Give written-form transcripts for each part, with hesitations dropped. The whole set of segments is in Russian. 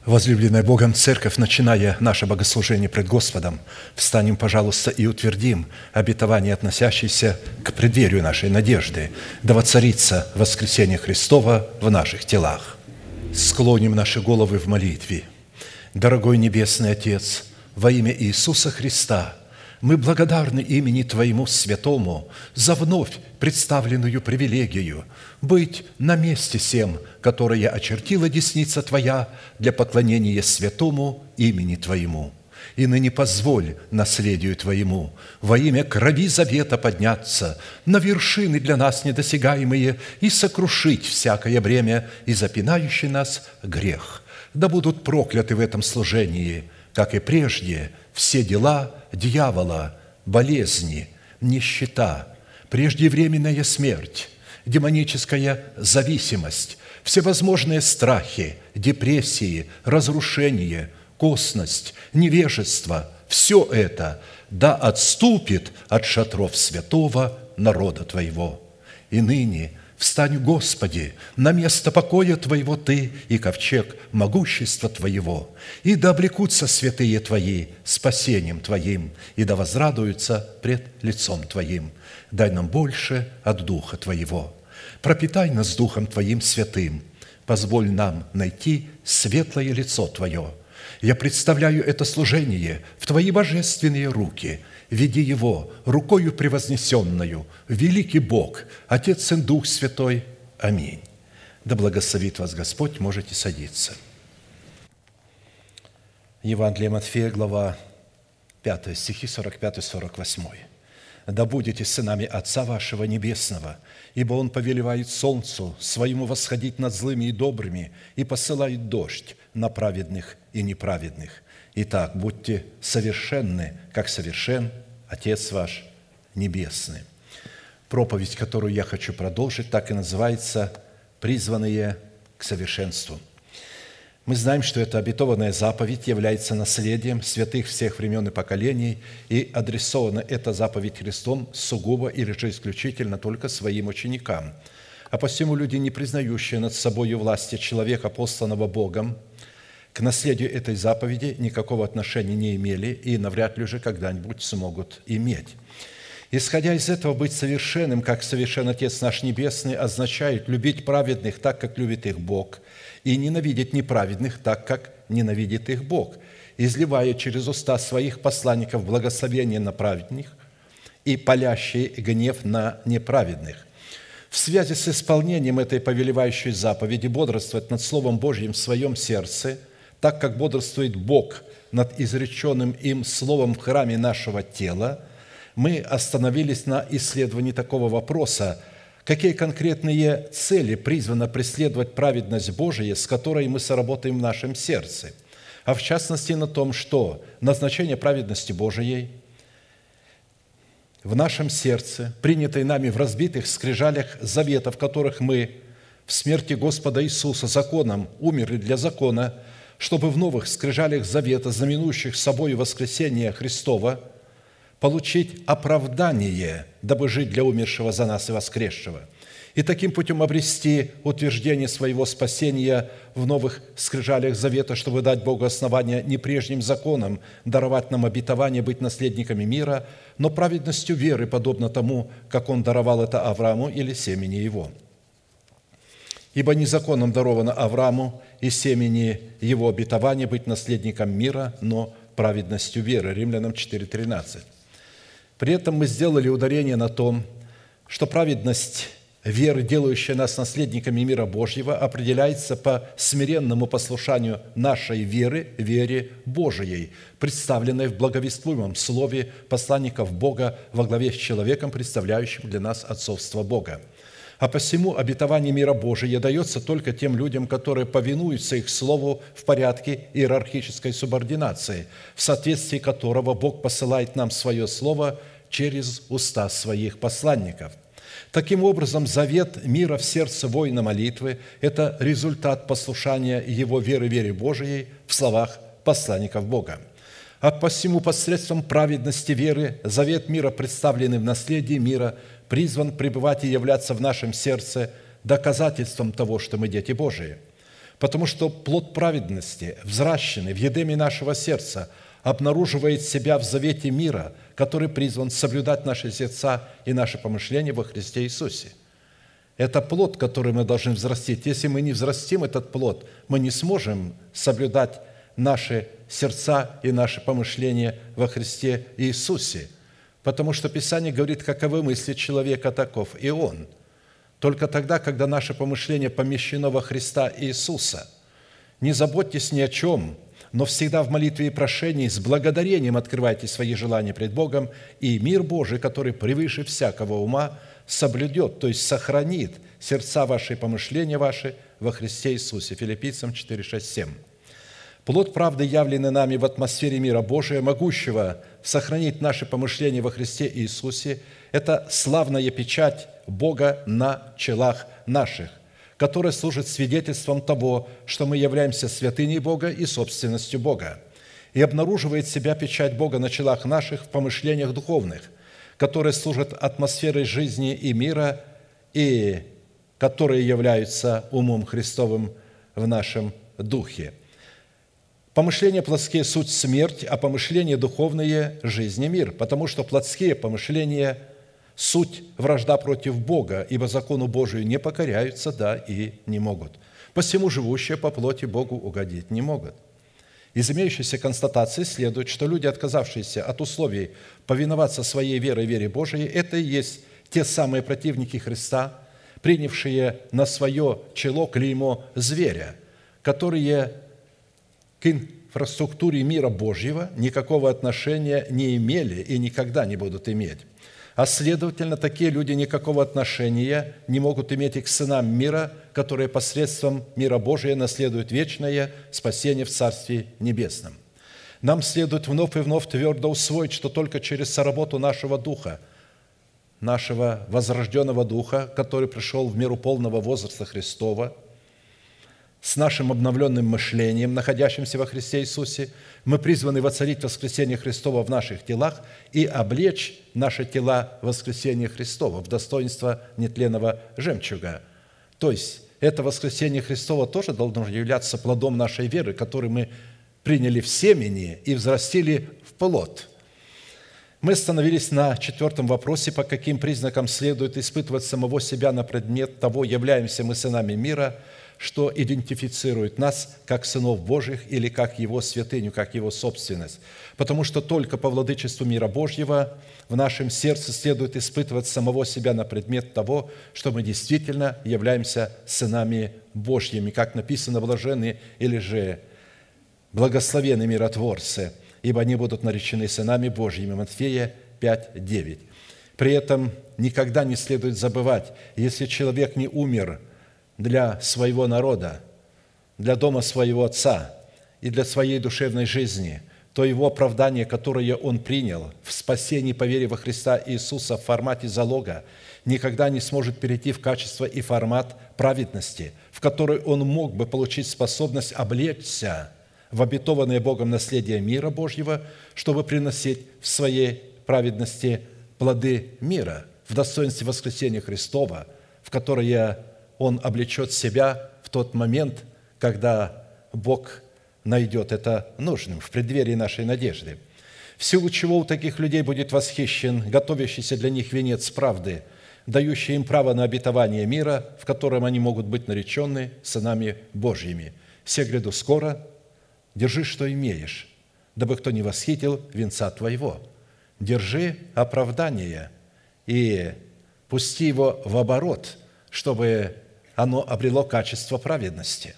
Возлюбленная Богом Церковь, начиная наше богослужение пред Господом, встанем, пожалуйста, и утвердим обетование, относящееся к преддверию нашей надежды, да воцарится воскресение Христова в наших телах. Склоним наши головы в молитве. Дорогой Небесный Отец, во имя Иисуса Христа, мы благодарны имени Твоему Святому за вновь представленную привилегию быть на месте сем, которое очертила десница Твоя для поклонения святому имени Твоему. И ныне позволь наследию Твоему во имя крови завета подняться на вершины для нас недосягаемые и сокрушить всякое бремя и запинающий нас грех. Да будут прокляты в этом служении, как и прежде, все дела дьявола, болезни, нищета, преждевременная смерть, демоническая зависимость, всевозможные страхи, депрессии, разрушение, косность, невежество – все это да отступит от шатров святого народа Твоего. И ныне встань, Господи, на место покоя Твоего Ты и ковчег могущества Твоего, и да облекутся святые Твои спасением Твоим, и да возрадуются пред лицом Твоим. Дай нам больше от Духа Твоего. Пропитай нас Духом Твоим святым. Позволь нам найти светлое лицо Твое. Я представляю это служение в Твои божественные руки. Веди его рукою превознесенную, великий Бог, Отец и Дух Святой. Аминь. Да благословит вас Господь, можете садиться. Евангелие Матфея, глава 5, стихи 45-48. «Да будете сынами Отца вашего Небесного, ибо Он повелевает солнцу своему восходить над злыми и добрыми и посылает дождь на праведных и неправедных. Итак, будьте совершенны, как совершен Отец ваш Небесный». Проповедь, которую я хочу продолжить, так и называется «Призванные к совершенству». Мы знаем, что эта обетованная заповедь является наследием святых всех времен и поколений, и адресована эта заповедь Христом сугубо или же исключительно только своим ученикам. А посему люди, не признающие над собою власти человека, посланного Богом, к наследию этой заповеди никакого отношения не имели и навряд ли уже когда-нибудь смогут иметь. Исходя из этого, быть совершенным, как совершен Отец наш Небесный, означает любить праведных так, как любит их Бог, и ненавидеть неправедных так, как ненавидит их Бог, изливая через уста своих посланников благословение на праведных и палящий гнев на неправедных. В связи с исполнением этой повелевающей заповеди бодрствовать над Словом Божьим в своем сердце, так как бодрствует Бог над изреченным им Словом в храме нашего тела, мы остановились на исследовании такого вопроса: какие конкретные цели призвано преследовать праведность Божия, с которой мы соработаем в нашем сердце, а в частности на том, что назначение праведности Божией в нашем сердце, принятой нами в разбитых скрижалях завета, в которых мы в смерти Господа Иисуса законом умерли для закона, чтобы в новых скрижалях завета, знаменующих собой воскресение Христова, получить оправдание, дабы жить для умершего за нас и воскресшего, и таким путем обрести утверждение своего спасения в новых скрижалях завета, чтобы дать Богу основание не прежним законам даровать нам обетование быть наследниками мира, но праведностью веры, подобно тому, как Он даровал это Аврааму или семени его. Ибо не законом даровано Аврааму и семени его обетование быть наследником мира, но праведностью веры». Римлянам 4:13. При этом мы сделали ударение на том, что праведность веры, делающая нас наследниками мира Божьего, определяется по смиренному послушанию нашей веры, вере Божией, представленной в благовествуемом слове посланников Бога во главе с человеком, представляющим для нас отцовство Бога. А посему обетование мира Божия дается только тем людям, которые повинуются их слову в порядке иерархической субординации, в соответствии которого Бог посылает нам свое слово через уста своих посланников. Таким образом, завет мира в сердце воина молитвы – это результат послушания его веры Божией в словах посланников Бога. А посему посредством праведности веры завет мира, представленный в наследии мира, призван пребывать и являться в нашем сердце доказательством того, что мы дети Божии. Потому что плод праведности, взращенный в едеме нашего сердца, обнаруживает себя в завете мира, который призван соблюдать наши сердца и наши помышления во Христе Иисусе. Это плод, который мы должны взрастить. Если мы не взрастим этот плод, мы не сможем соблюдать наши сердца и наши помышления во Христе Иисусе. Потому что Писание говорит, каковы мысли человека, таков и он. Только тогда, когда наше помышление помещено во Христа Иисуса. Не заботьтесь ни о чем, но всегда в молитве и прошении с благодарением открывайте свои желания пред Богом, и мир Божий, который превыше всякого ума, соблюдет, то есть сохранит сердца ваши и помышления ваши во Христе Иисусе. Филиппийцам 4, 6, 7. Плод правды, явленный нами в атмосфере мира Божия, могущего сохранить наши помышления во Христе Иисусе, это славная печать Бога на челах наших, которая служит свидетельством того, что мы являемся святыней Бога и собственностью Бога, и обнаруживает себя печать Бога на челах наших в помышлениях духовных, которые служат атмосферой жизни и мира, и которые являются умом Христовым в нашем духе. Помышления плотские – суть смерть, а помышления духовные – жизнь и мир, потому что плотские помышления – суть вражда против Бога, ибо закону Божию не покоряются, да и не могут. Посему живущие по плоти Богу угодить не могут. Из имеющейся констатации следует, что люди, отказавшиеся от условий повиноваться своей верой, вере Божией, это и есть те самые противники Христа, принявшие на свое чело клеймо зверя, которые к инфраструктуре мира Божьего никакого отношения не имели и никогда не будут иметь. А следовательно, такие люди никакого отношения не могут иметь и к сынам мира, которые посредством мира Божия наследуют вечное спасение в Царстве Небесном. Нам следует вновь и вновь твердо усвоить, что только через соработу нашего Духа, нашего возрожденного Духа, который пришел в меру полного возраста Христова, с нашим обновленным мышлением, находящимся во Христе Иисусе, мы призваны воцарить воскресение Христова в наших телах и облечь наши тела в воскресение Христова, в достоинство нетленного жемчуга. То есть, это воскресение Христова тоже должно являться плодом нашей веры, который мы приняли в семени и взрастили в плод. Мы остановились на 4 вопросе, по каким признакам следует испытывать самого себя на предмет того, являемся мы сынами мира, что идентифицирует нас как сынов Божьих или как Его святыню, как Его собственность. Потому что только по владычеству мира Божьего в нашем сердце следует испытывать самого себя на предмет того, что мы действительно являемся сынами Божьими, как написано, блаженны или же благословенны миротворцы, ибо они будут наречены сынами Божьими. Матфея 5, 9. При этом никогда не следует забывать, если человек не умер для своего народа, для дома своего отца и для своей душевной жизни, то его оправдание, которое он принял в спасении по вере во Христа Иисуса в формате залога, никогда не сможет перейти в качество и формат праведности, в который он мог бы получить способность облечься в обетованное Богом наследие мира Божьего, чтобы приносить в своей праведности плоды мира, в достоинстве воскресения Христова, в которое он облечет себя в тот момент, когда Бог найдет это нужным, в преддверии нашей надежды. В силу чего у таких людей будет восхищен готовящийся для них венец правды, дающий им право на обетование мира, в котором они могут быть наречены сынами Божьими. «Се гряду скоро, держи, что имеешь, дабы кто не восхитил венца твоего». Держи оправдание и пусти его в оборот, чтобы оно обрело качество праведности.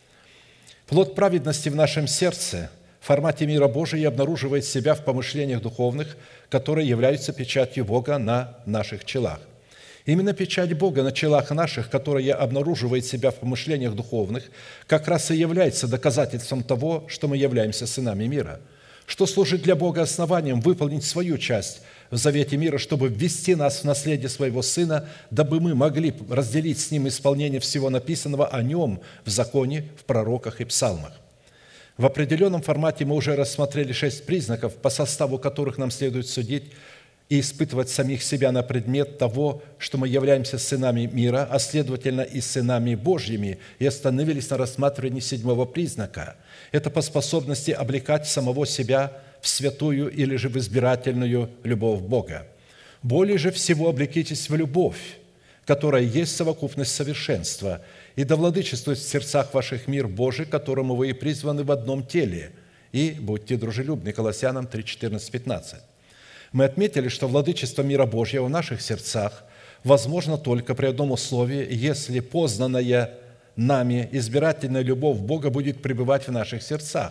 Плод праведности в нашем сердце в формате мира Божия обнаруживает себя в помышлениях духовных, которые являются печатью Бога на наших челах. Именно печать Бога на челах наших, которая обнаруживает себя в помышлениях духовных, как раз и является доказательством того, что мы являемся сынами мира, что служит для Бога основанием выполнить свою часть в завете мира, чтобы ввести нас в наследие своего Сына, дабы мы могли разделить с Ним исполнение всего написанного о Нем в законе, в пророках и псалмах. В определенном формате мы уже рассмотрели 6 признаков, по составу которых нам следует судить, и испытывать самих себя на предмет того, что мы являемся сынами мира, а следовательно и сынами Божьими, и остановились на рассматривании седьмого признака. Это по способности облекать самого себя в святую или же в избирательную любовь Бога. Более же всего облекитесь в любовь, которая есть совокупность совершенства, и да владычествует в сердцах ваших мир Божий, которому вы и призваны в одном теле, и будьте дружелюбны». Колоссянам 3, 14, 15. Мы отметили, что владычество мира Божьего в наших сердцах возможно только при одном условии, если познанная нами избирательная любовь Бога будет пребывать в наших сердцах,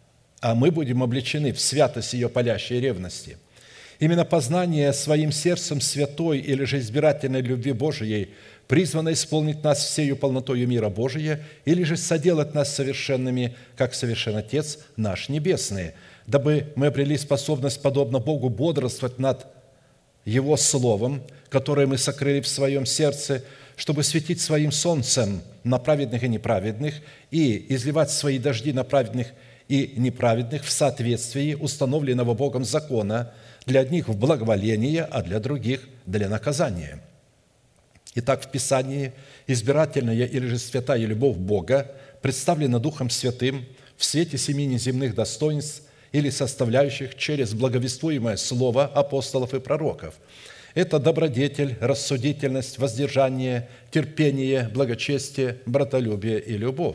а мы будем облечены в святость ее палящей ревности. Именно познание своим сердцем святой или же избирательной любви Божией призвано исполнить нас всею полнотою мира Божия или же соделать нас совершенными, как совершен Отец наш Небесный, дабы мы обрели способность, подобно Богу, бодрствовать над Его Словом, которое мы сокрыли в своем сердце, чтобы светить своим солнцем на праведных и неправедных и изливать свои дожди на праведных и неправедных в соответствии установленного Богом закона, для одних в благоволение, а для других для наказания. Итак, в Писании избирательная или же святая любовь Бога представлена Духом Святым в свете семи неземных достоинств или составляющих через благовествуемое слово апостолов и пророков. Это добродетель, рассудительность, воздержание, терпение, благочестие, братолюбие и любовь.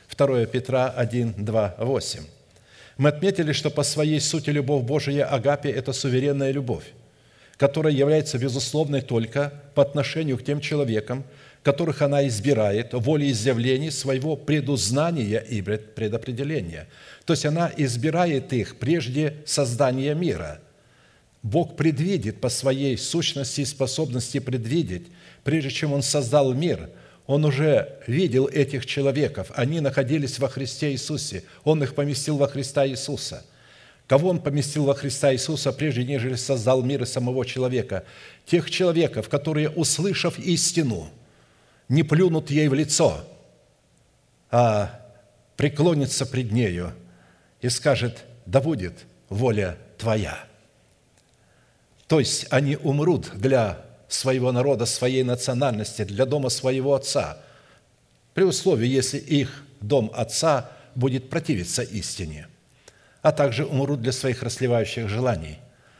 2 Петра 1, 2, 8. Мы отметили, что по своей сути любовь Божия агапе – это суверенная любовь, которая является безусловной только по отношению к тем человекам, которых она избирает волеизъявлений своего предузнания и предопределения. То есть она избирает их прежде создания мира. Бог предвидит по своей сущности и способности предвидеть, прежде чем Он создал мир – Он уже видел этих человеков, они находились во Христе Иисусе, Он их поместил во Христа Иисуса. Кого Он поместил во Христа Иисуса, прежде нежели создал мир и самого человека? Тех человеков, которые, услышав истину, не плюнут ей в лицо, а преклонятся пред нею и скажет: «Да будет воля Твоя». То есть они умрут для своего народа, своей национальности, для дома своего отца, при условии, если их дом отца будет противиться истине, а также умрут для своих расливающих желаний.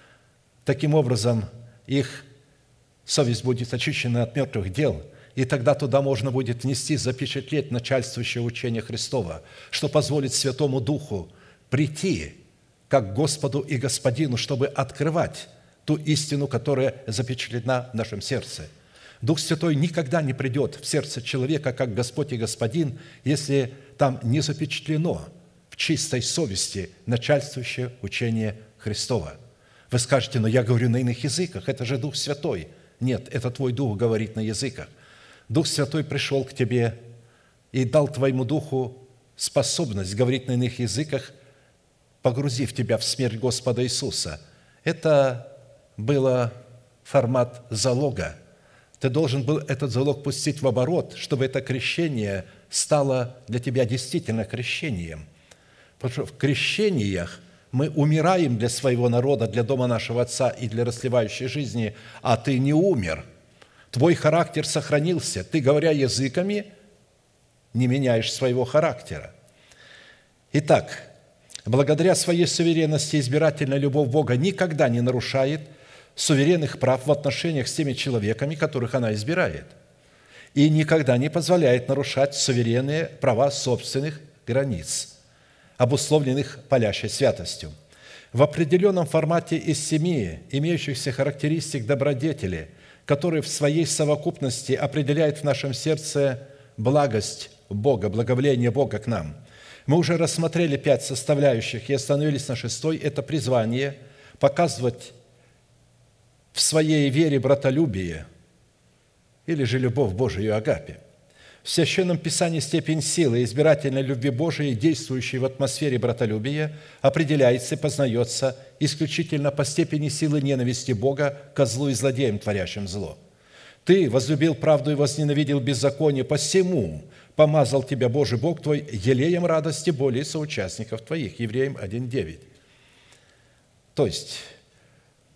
Таким образом, их совесть будет очищена от мертвых дел, и тогда туда можно будет внести, запечатлеть начальствующее учение Христова, что позволит Святому Духу прийти как Господу и Господину, чтобы открывать ту истину, которая запечатлена в нашем сердце. Дух Святой никогда не придет в сердце человека, как Господь и Господин, если там не запечатлено в чистой совести начальствующее учение Христова. Вы скажете: «Но я говорю на иных языках, это же Дух Святой». Нет, это твой Дух говорит на языках. Дух Святой пришел к тебе и дал твоему Духу способность говорить на иных языках, погрузив тебя в смерть Господа Иисуса. Это был формат залога. Ты должен был этот залог пустить в оборот, чтобы это крещение стало для тебя действительно крещением. Потому что в крещениях мы умираем для своего народа, для дома нашего Отца и для расливающей жизни, а ты не умер. Твой характер сохранился. Ты, говоря языками, не меняешь своего характера. Итак, благодаря своей суверенности избирательная любовь Бога никогда не нарушает суверенных прав в отношениях с теми человеками, которых она избирает, и никогда не позволяет нарушать суверенные права собственных границ, обусловленных палящей святостью. В определенном формате из семи имеющихся характеристик добродетели, которые в своей совокупности определяют в нашем сердце благость Бога, благоволение Бога к нам, мы уже рассмотрели 5 составляющих и остановились на 6-й. Это призвание показывать в своей вере братолюбие или же любовь Божию агапе. В Священном Писании степень силы и избирательной любви Божией, действующей в атмосфере братолюбия, определяется и познается исключительно по степени силы ненависти Бога ко злу и злодеям, творящим зло. «Ты возлюбил правду и возненавидел беззаконие, посему помазал тебя Божий Бог твой елеем радости более соучастников твоих». Евреям 1:9. То есть,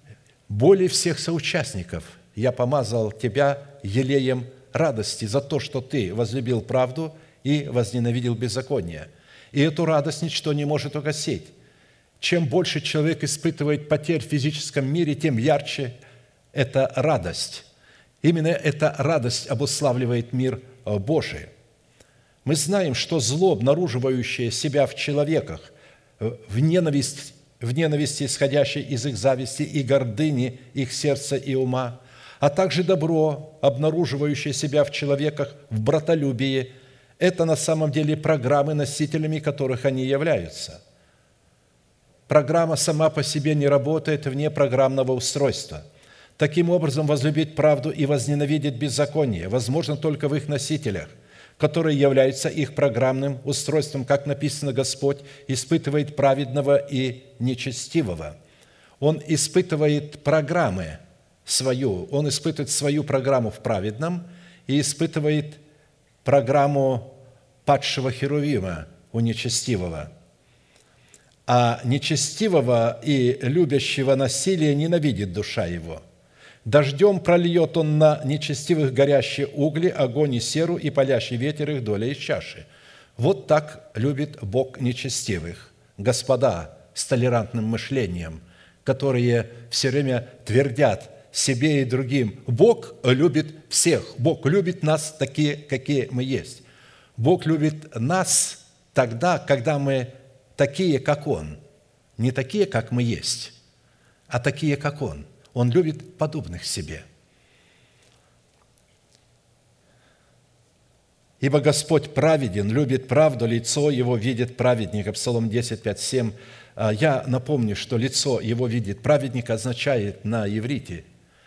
более всех соучастников я помазал тебя елеем радости за то, что ты возлюбил правду и возненавидел беззаконие. И эту радость ничто не может угасить. Чем больше человек испытывает потерь в физическом мире, тем ярче эта радость. Именно эта радость обуславливает мир Божий. Мы знаем, что зло, обнаруживающее себя в человеках, в ненависти, исходящей из их зависти и гордыни, их сердца и ума, а также добро, обнаруживающее себя в человеках в братолюбии, это на самом деле программы, носителями которых они являются. Программа сама по себе не работает вне программного устройства. Таким образом, возлюбить правду и возненавидеть беззаконие возможно только в их носителях, которые являются их программным устройством, как написано, Господь испытывает праведного и нечестивого. Он испытывает программы свою, Он испытывает свою программу в праведном и испытывает программу падшего Херувима у нечестивого. А нечестивого и любящего насилие ненавидит душа его. Дождем прольет он на нечестивых горящие угли, огонь и серу, и палящий ветер их доля из чаши. Вот так любит Бог нечестивых, господа с толерантным мышлением, которые все время твердят себе и другим: Бог любит всех, Бог любит нас такие, какие мы есть. Бог любит нас тогда, когда мы такие, как Он. Не такие, как мы есть, а такие, как Он. Он любит подобных себе. «Ибо Господь праведен, любит правду, лицо Его видит праведника». Псалом 10, 5, 7. Я напомню, что лицо Его видит праведника означает на иврите: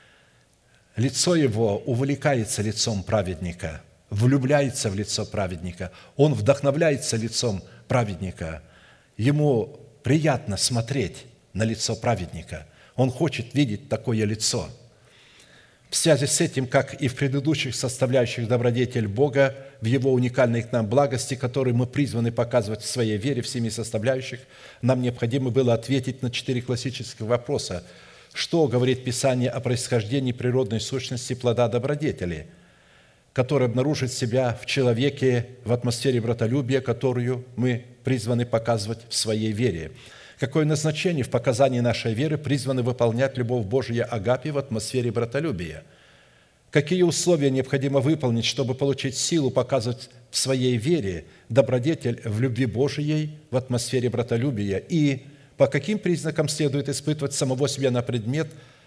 лицо Его увлекается лицом праведника, влюбляется в лицо праведника, Он вдохновляется лицом праведника. Ему приятно смотреть на лицо праведника. Он хочет видеть такое лицо. В связи с этим, как и в предыдущих составляющих добродетель Бога, в Его уникальной к нам благости, которую мы призваны показывать в своей вере в 7 составляющих, нам необходимо было ответить на 4 классических вопроса. Что говорит Писание о происхождении природной сущности плода добродетели, который обнаружит себя в человеке в атмосфере братолюбия, которую мы призваны показывать в своей вере? Какое назначение в показании нашей веры призваны выполнять любовь Божия агапе в атмосфере братолюбия? Какие условия необходимо выполнить, чтобы получить силу показывать в своей вере добродетель в любви Божией в атмосфере братолюбия? И по каким признакам следует испытывать самого себя на предмет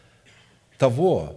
того,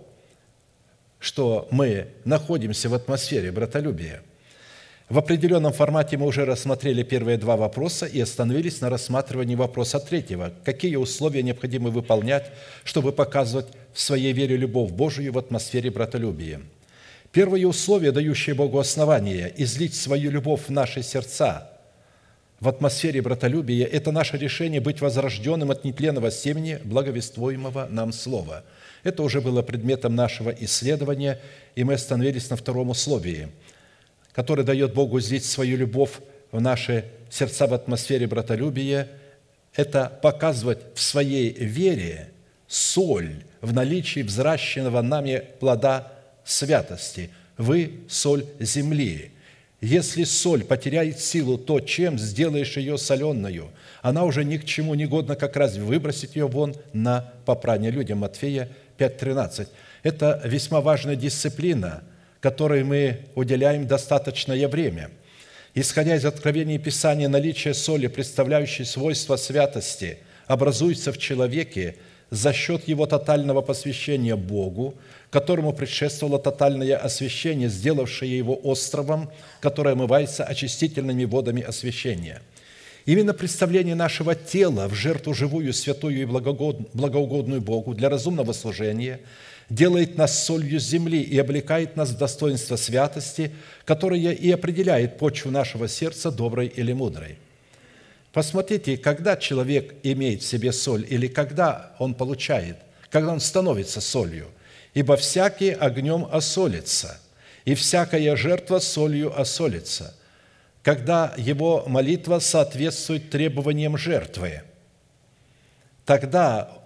что мы находимся в атмосфере братолюбия? В определенном формате мы уже рассмотрели первые 2 вопроса и остановились на рассматривании вопроса 3. Какие условия необходимо выполнять, чтобы показывать в своей вере любовь Божию в атмосфере братолюбия? Первое условие, дающее Богу основание излить свою любовь в наши сердца в атмосфере братолюбия, это наше решение быть возрожденным от нетленного семени благовествуемого нам слова. Это уже было предметом нашего исследования, и мы остановились на 2 условии, который дает Богу излить свою любовь в наши сердца в атмосфере братолюбия, это показывать в своей вере соль в наличии взращенного нами плода святости. Вы – соль земли. Если соль потеряет силу, то чем сделаешь ее соленою? Она уже ни к чему не годна, как разве выбросить ее вон на попрание людям. Матфея 5:13. Это весьма важная дисциплина, которой мы уделяем достаточное время. Исходя из откровений Писания, наличие соли, представляющей свойства святости, образуется в человеке за счет его тотального посвящения Богу, которому предшествовало тотальное освящение, сделавшее его островом, которое омывается очистительными водами освящения. Именно представление нашего тела в жертву живую, святую и благоугодную Богу для разумного служения делает нас солью земли и облекает нас в достоинство святости, которое и определяет почву нашего сердца, доброй или мудрой. Посмотрите, когда человек имеет в себе соль или когда он получает, когда он становится солью. «Ибо всякий огнем осолится, и всякая жертва солью осолится», когда его молитва соответствует требованиям жертвы. Тогда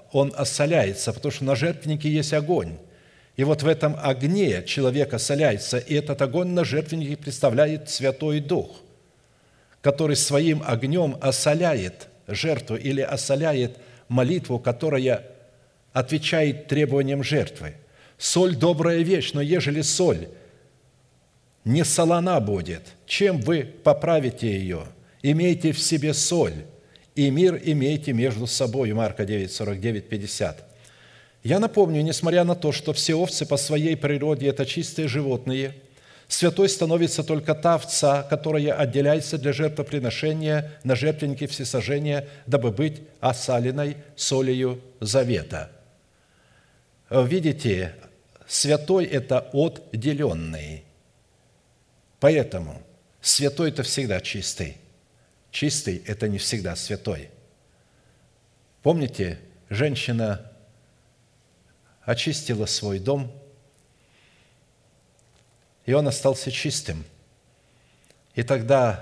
он осоляется, потому что на жертвеннике есть огонь. И вот в этом огне человек осоляется, и этот огонь на жертвеннике представляет Святой Дух, который своим огнем осоляет жертву или осоляет молитву, которая отвечает требованиям жертвы. Соль – добрая вещь, но ежели соль не солона будет, чем вы поправите ее? Имейте в себе соль, и мир имейте между собой. Марка 9, 49, 50. Я напомню, несмотря на то, что все овцы по своей природе – это чистые животные, святой становится только та овца, которая отделяется для жертвоприношения на жертвеннике всесожжения, дабы быть осаленной солью завета. Видите, святой – это отделенный. Поэтому святой – это всегда чистый. Чистый – это не всегда святой. Помните, женщина очистила свой дом, и он остался чистым. И тогда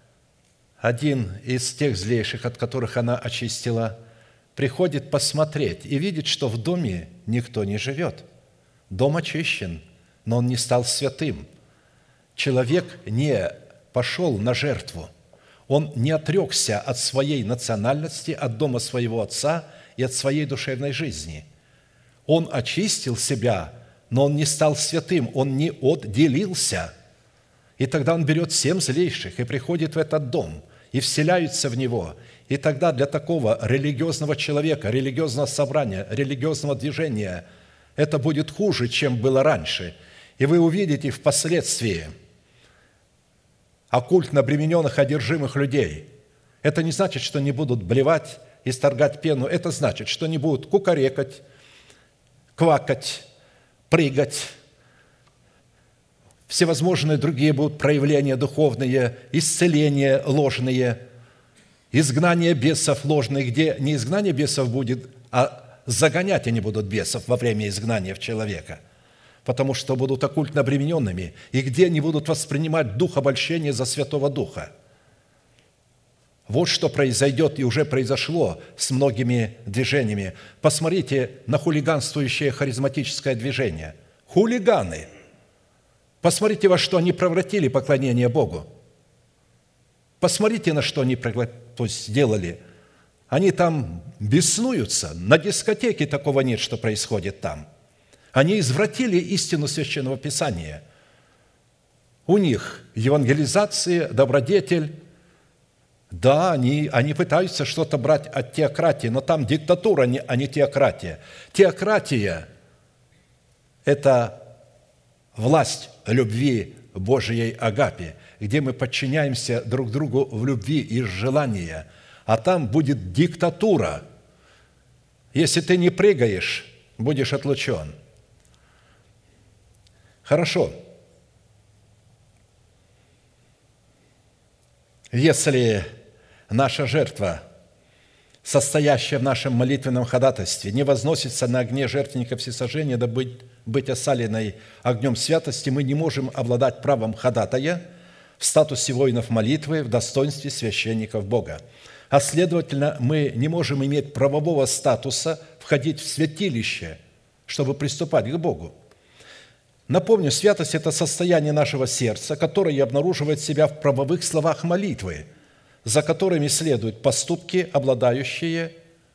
один из тех злейших, от которых она очистила, приходит посмотреть и видит, что в доме никто не живет. Дом очищен, но он не стал святым. Человек не пошел на жертву. Он не отрекся от своей национальности, от дома своего отца и от своей душевной жизни. Он очистил себя, но он не стал святым, он не отделился. И тогда он берет 7 злейших и приходит в этот дом, и вселяются в него. И тогда для такого религиозного человека, религиозного собрания, религиозного движения это будет хуже, чем было раньше. И вы увидите впоследствии оккультно обремененных, одержимых людей. Это не значит, что не будут блевать, исторгать пену. Это значит, что не будут кукарекать, квакать, прыгать. Всевозможные другие будут проявления духовные, исцеления ложные, изгнание бесов ложных, где не изгнание бесов будет, а загонять они будут бесов во время изгнания в человека, потому что будут оккультно обремененными, и где они будут воспринимать дух обольщения за Святого Духа. Вот что произойдет и уже произошло с многими движениями. Посмотрите на хулиганствующее харизматическое движение. Хулиганы! Посмотрите, во что они превратили поклонение Богу. Посмотрите, на что они сделали. Они там беснуются. На дискотеке такого нет, что происходит там. Они извратили истину Священного Писания. У них евангелизация, добродетель. Да, они пытаются что-то брать от теократии, но там диктатура, а не теократия. Теократия – это власть любви Божией агапе, где мы подчиняемся друг другу в любви и желания, а там будет диктатура. Если ты не прыгаешь, будешь отлучен. Хорошо. Если наша жертва, состоящая в нашем молитвенном ходатайстве, не возносится на огне жертвенника всесожжения, дабы быть осаленной огнем святости, мы не можем обладать правом ходатая в статусе воинов молитвы, в достоинстве священников Бога. А следовательно, мы не можем иметь правового статуса входить в святилище, чтобы приступать к Богу. Напомню, святость – это состояние нашего сердца, которое обнаруживает себя в правовых словах молитвы, за которыми следуют поступки, обладающие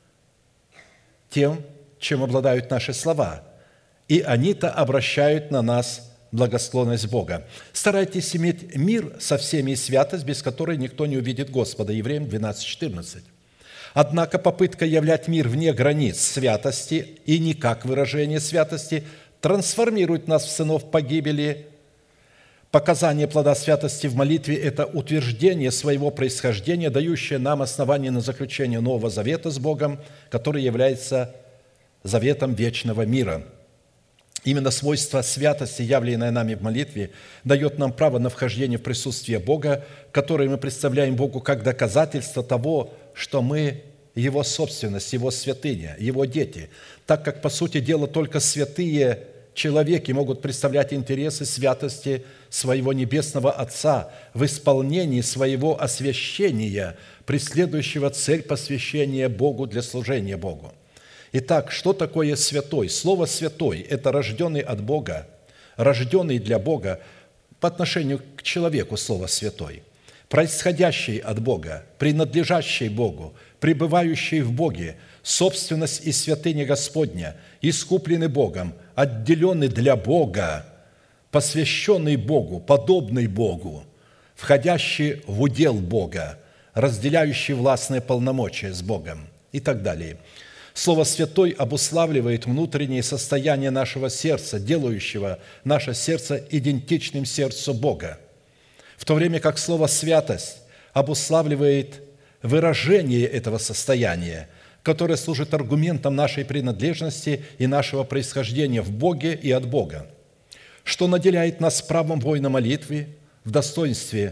тем, чем обладают наши слова. И они-то обращают на нас благосклонность Бога. Старайтесь иметь мир со всеми и святость, без которой никто не увидит Господа. Евреям 12:14. Однако попытка являть мир вне границ святости и не как выражение святости трансформирует нас в сынов погибели. Показание плода святости в молитве – это утверждение своего происхождения, дающее нам основание на заключение Нового Завета с Богом, который является заветом вечного мира. Именно свойство святости, явленное нами в молитве, дает нам право на вхождение в присутствие Бога, которое мы представляем Богу как доказательство того, что мы Его собственность, Его святыня, Его дети, так как, по сути дела, только святые человеки могут представлять интересы святости своего Небесного Отца в исполнении своего освящения, преследующего цель посвящения Богу для служения Богу. Итак, что такое святой? Слово «святой» – это рожденный от Бога, рожденный для Бога по отношению к человеку слово «святой», происходящий от Бога, принадлежащий Богу, пребывающий в Боге, собственность и святыня Господня, искупленный Богом, отделенный для Бога, посвященный Богу, подобный Богу, входящий в удел Бога, разделяющий властные полномочия с Богом и так далее. Слово «святой» обуславливает внутреннее состояние нашего сердца, делающего наше сердце идентичным сердцу Бога, в то время как слово «святость» обуславливает выражение этого состояния, которое служит аргументом нашей принадлежности и нашего происхождения в Боге и от Бога, что наделяет нас правом воина молитвы в достоинстве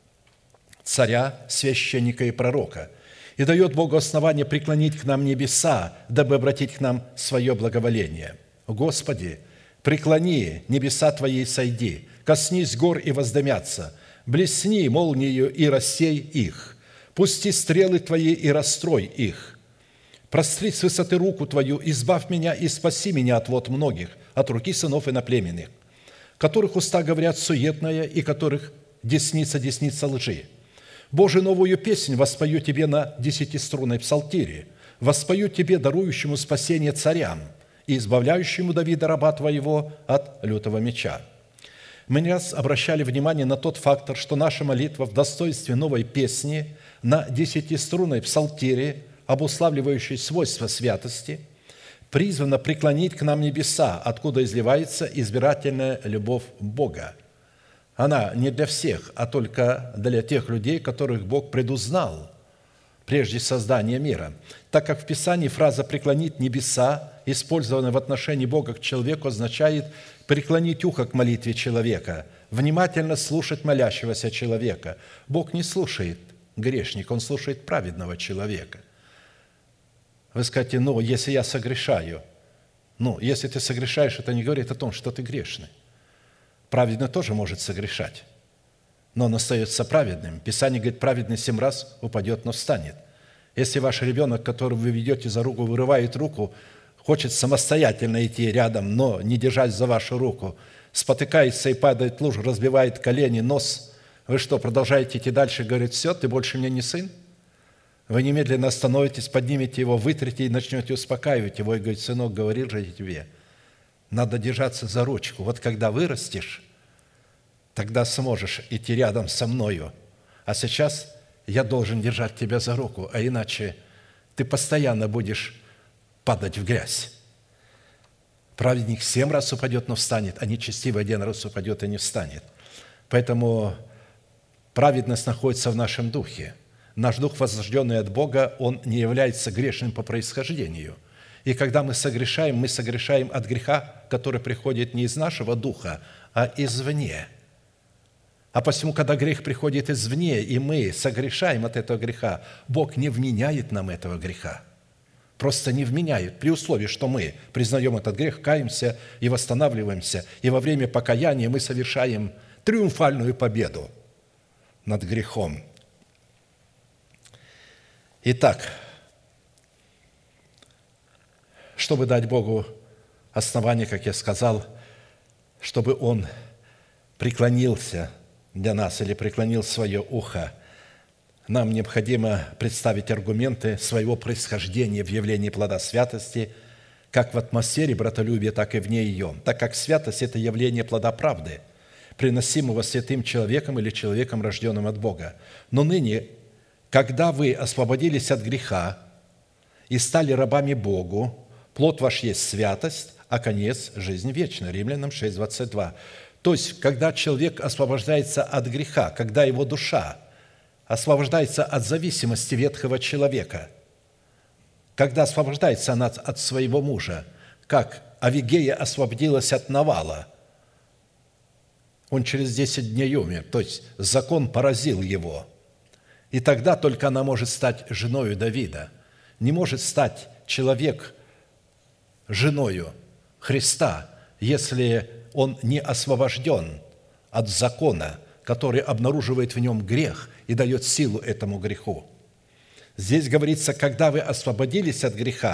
царя, священника и пророка, и дает Богу основание преклонить к нам небеса, дабы обратить к нам свое благоволение. Господи, преклони, небеса Твои сойди, коснись гор и воздымятся, блесни молниею и рассей их, пусти стрелы Твои и расстрой их. Простри с высоты руку Твою, избавь меня и спаси меня от вод многих, от руки сынов иноплеменных, которых уста говорят суетное и которых десница лжи. Боже, новую песнь воспою Тебе на 10-струнной псалтире, воспою Тебе, дарующему спасение царям и избавляющему Давида, раба Твоего, от лютого меча. Мы не раз обращали внимание на тот фактор, что наша молитва в достоинстве новой песни на 10-струнной псалтире, обуславливающей свойства святости, призвана преклонить к нам небеса, откуда изливается избирательная любовь Бога. Она не для всех, а только для тех людей, которых Бог предузнал прежде создания мира. Так как в Писании фраза «преклонить небеса», использованная в отношении Бога к человеку, означает преклонить ухо к молитве человека, внимательно слушать молящегося человека. Бог не слушает грешника, Он слушает праведного человека. Вы скажете, если я согрешаю. Если ты согрешаешь, это не говорит о том, что ты грешный. Праведный тоже может согрешать, но он остается праведным. Писание говорит, праведный 7 раз упадет, но встанет. Если ваш ребенок, которого вы ведете за руку, вырывает руку, хочет самостоятельно идти рядом, но не держась за вашу руку, спотыкается и падает в лужу, разбивает колени, нос, вы что, продолжаете идти дальше и говорит, все, ты больше мне не сын? Вы немедленно остановитесь, поднимете его, вытрете и начнете успокаивать его и говорить, сынок, говорил же я тебе, надо держаться за ручку. Вот когда вырастешь, тогда сможешь идти рядом со мною. А сейчас я должен держать тебя за руку, а иначе ты постоянно будешь падать в грязь. Праведник 7 раз упадет, но встанет, а нечестивый 1 раз упадет и не встанет. Поэтому праведность находится в нашем духе. Наш дух, возрожденный от Бога, он не является грешным по происхождению. И когда мы согрешаем от греха, который приходит не из нашего духа, а извне. А посему, когда грех приходит извне, и мы согрешаем от этого греха, Бог не вменяет нам этого греха. Просто не вменяет, при условии, что мы признаем этот грех, каемся и восстанавливаемся, и во время покаяния мы совершаем триумфальную победу над грехом. Итак, чтобы дать Богу основание, как я сказал, чтобы Он преклонился для нас или преклонил свое ухо, нам необходимо представить аргументы своего происхождения в явлении плода святости, как в атмосфере братолюбия, так и вне ее, так как святость – это явление плода правды, приносимого святым человеком или человеком, рожденным от Бога. Но ныне, когда вы освободились от греха и стали рабами Богу, плод ваш есть святость, а конец – жизнь вечная. Римлянам 6:22. То есть, когда человек освобождается от греха, когда его душа освобождается от зависимости ветхого человека, когда освобождается она от своего мужа, как Авигея освободилась от Навала, он через 10 дней умер, то есть закон поразил его. И тогда только она может стать женою Давида. Не может стать человек женою Христа, если он не освобожден от закона, который обнаруживает в нем грех и дает силу этому греху. Здесь говорится, когда вы освободились от греха,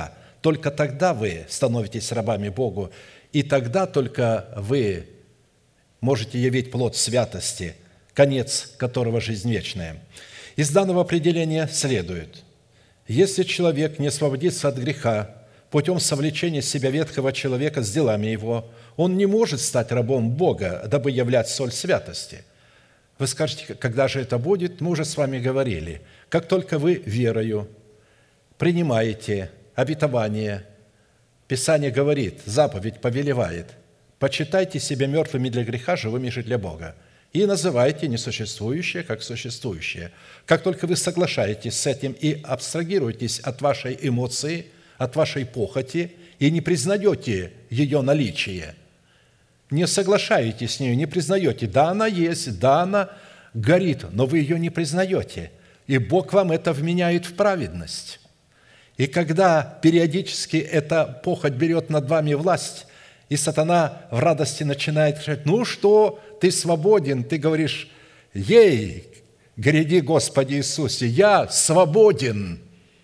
только тогда вы становитесь рабами Богу, и тогда только вы можете явить плод святости, конец которого – жизнь вечная. Из данного определения следует: если человек не освободится от греха путем совлечения себя ветхого человека с делами его, он не может стать рабом Бога, дабы являть соль святости. Вы скажете, когда же это будет? Мы уже с вами говорили. Как только вы верою принимаете обетование, Писание говорит, заповедь повелевает: почитайте себя мертвыми для греха, живыми же для Бога, и называйте несуществующее как существующее. Как только вы соглашаетесь с этим и абстрагируетесь от вашей эмоции, от вашей похоти, и не признаете ее наличие, не соглашаетесь с ней, не признаете, да, она есть, да, она горит, но вы ее не признаете, и Бог вам это вменяет в праведность. И когда периодически эта похоть берет над вами власть, и сатана в радости начинает кричать: ну что, ты свободен, ты говоришь: ей, гряди, Господи Иисусе, я свободен,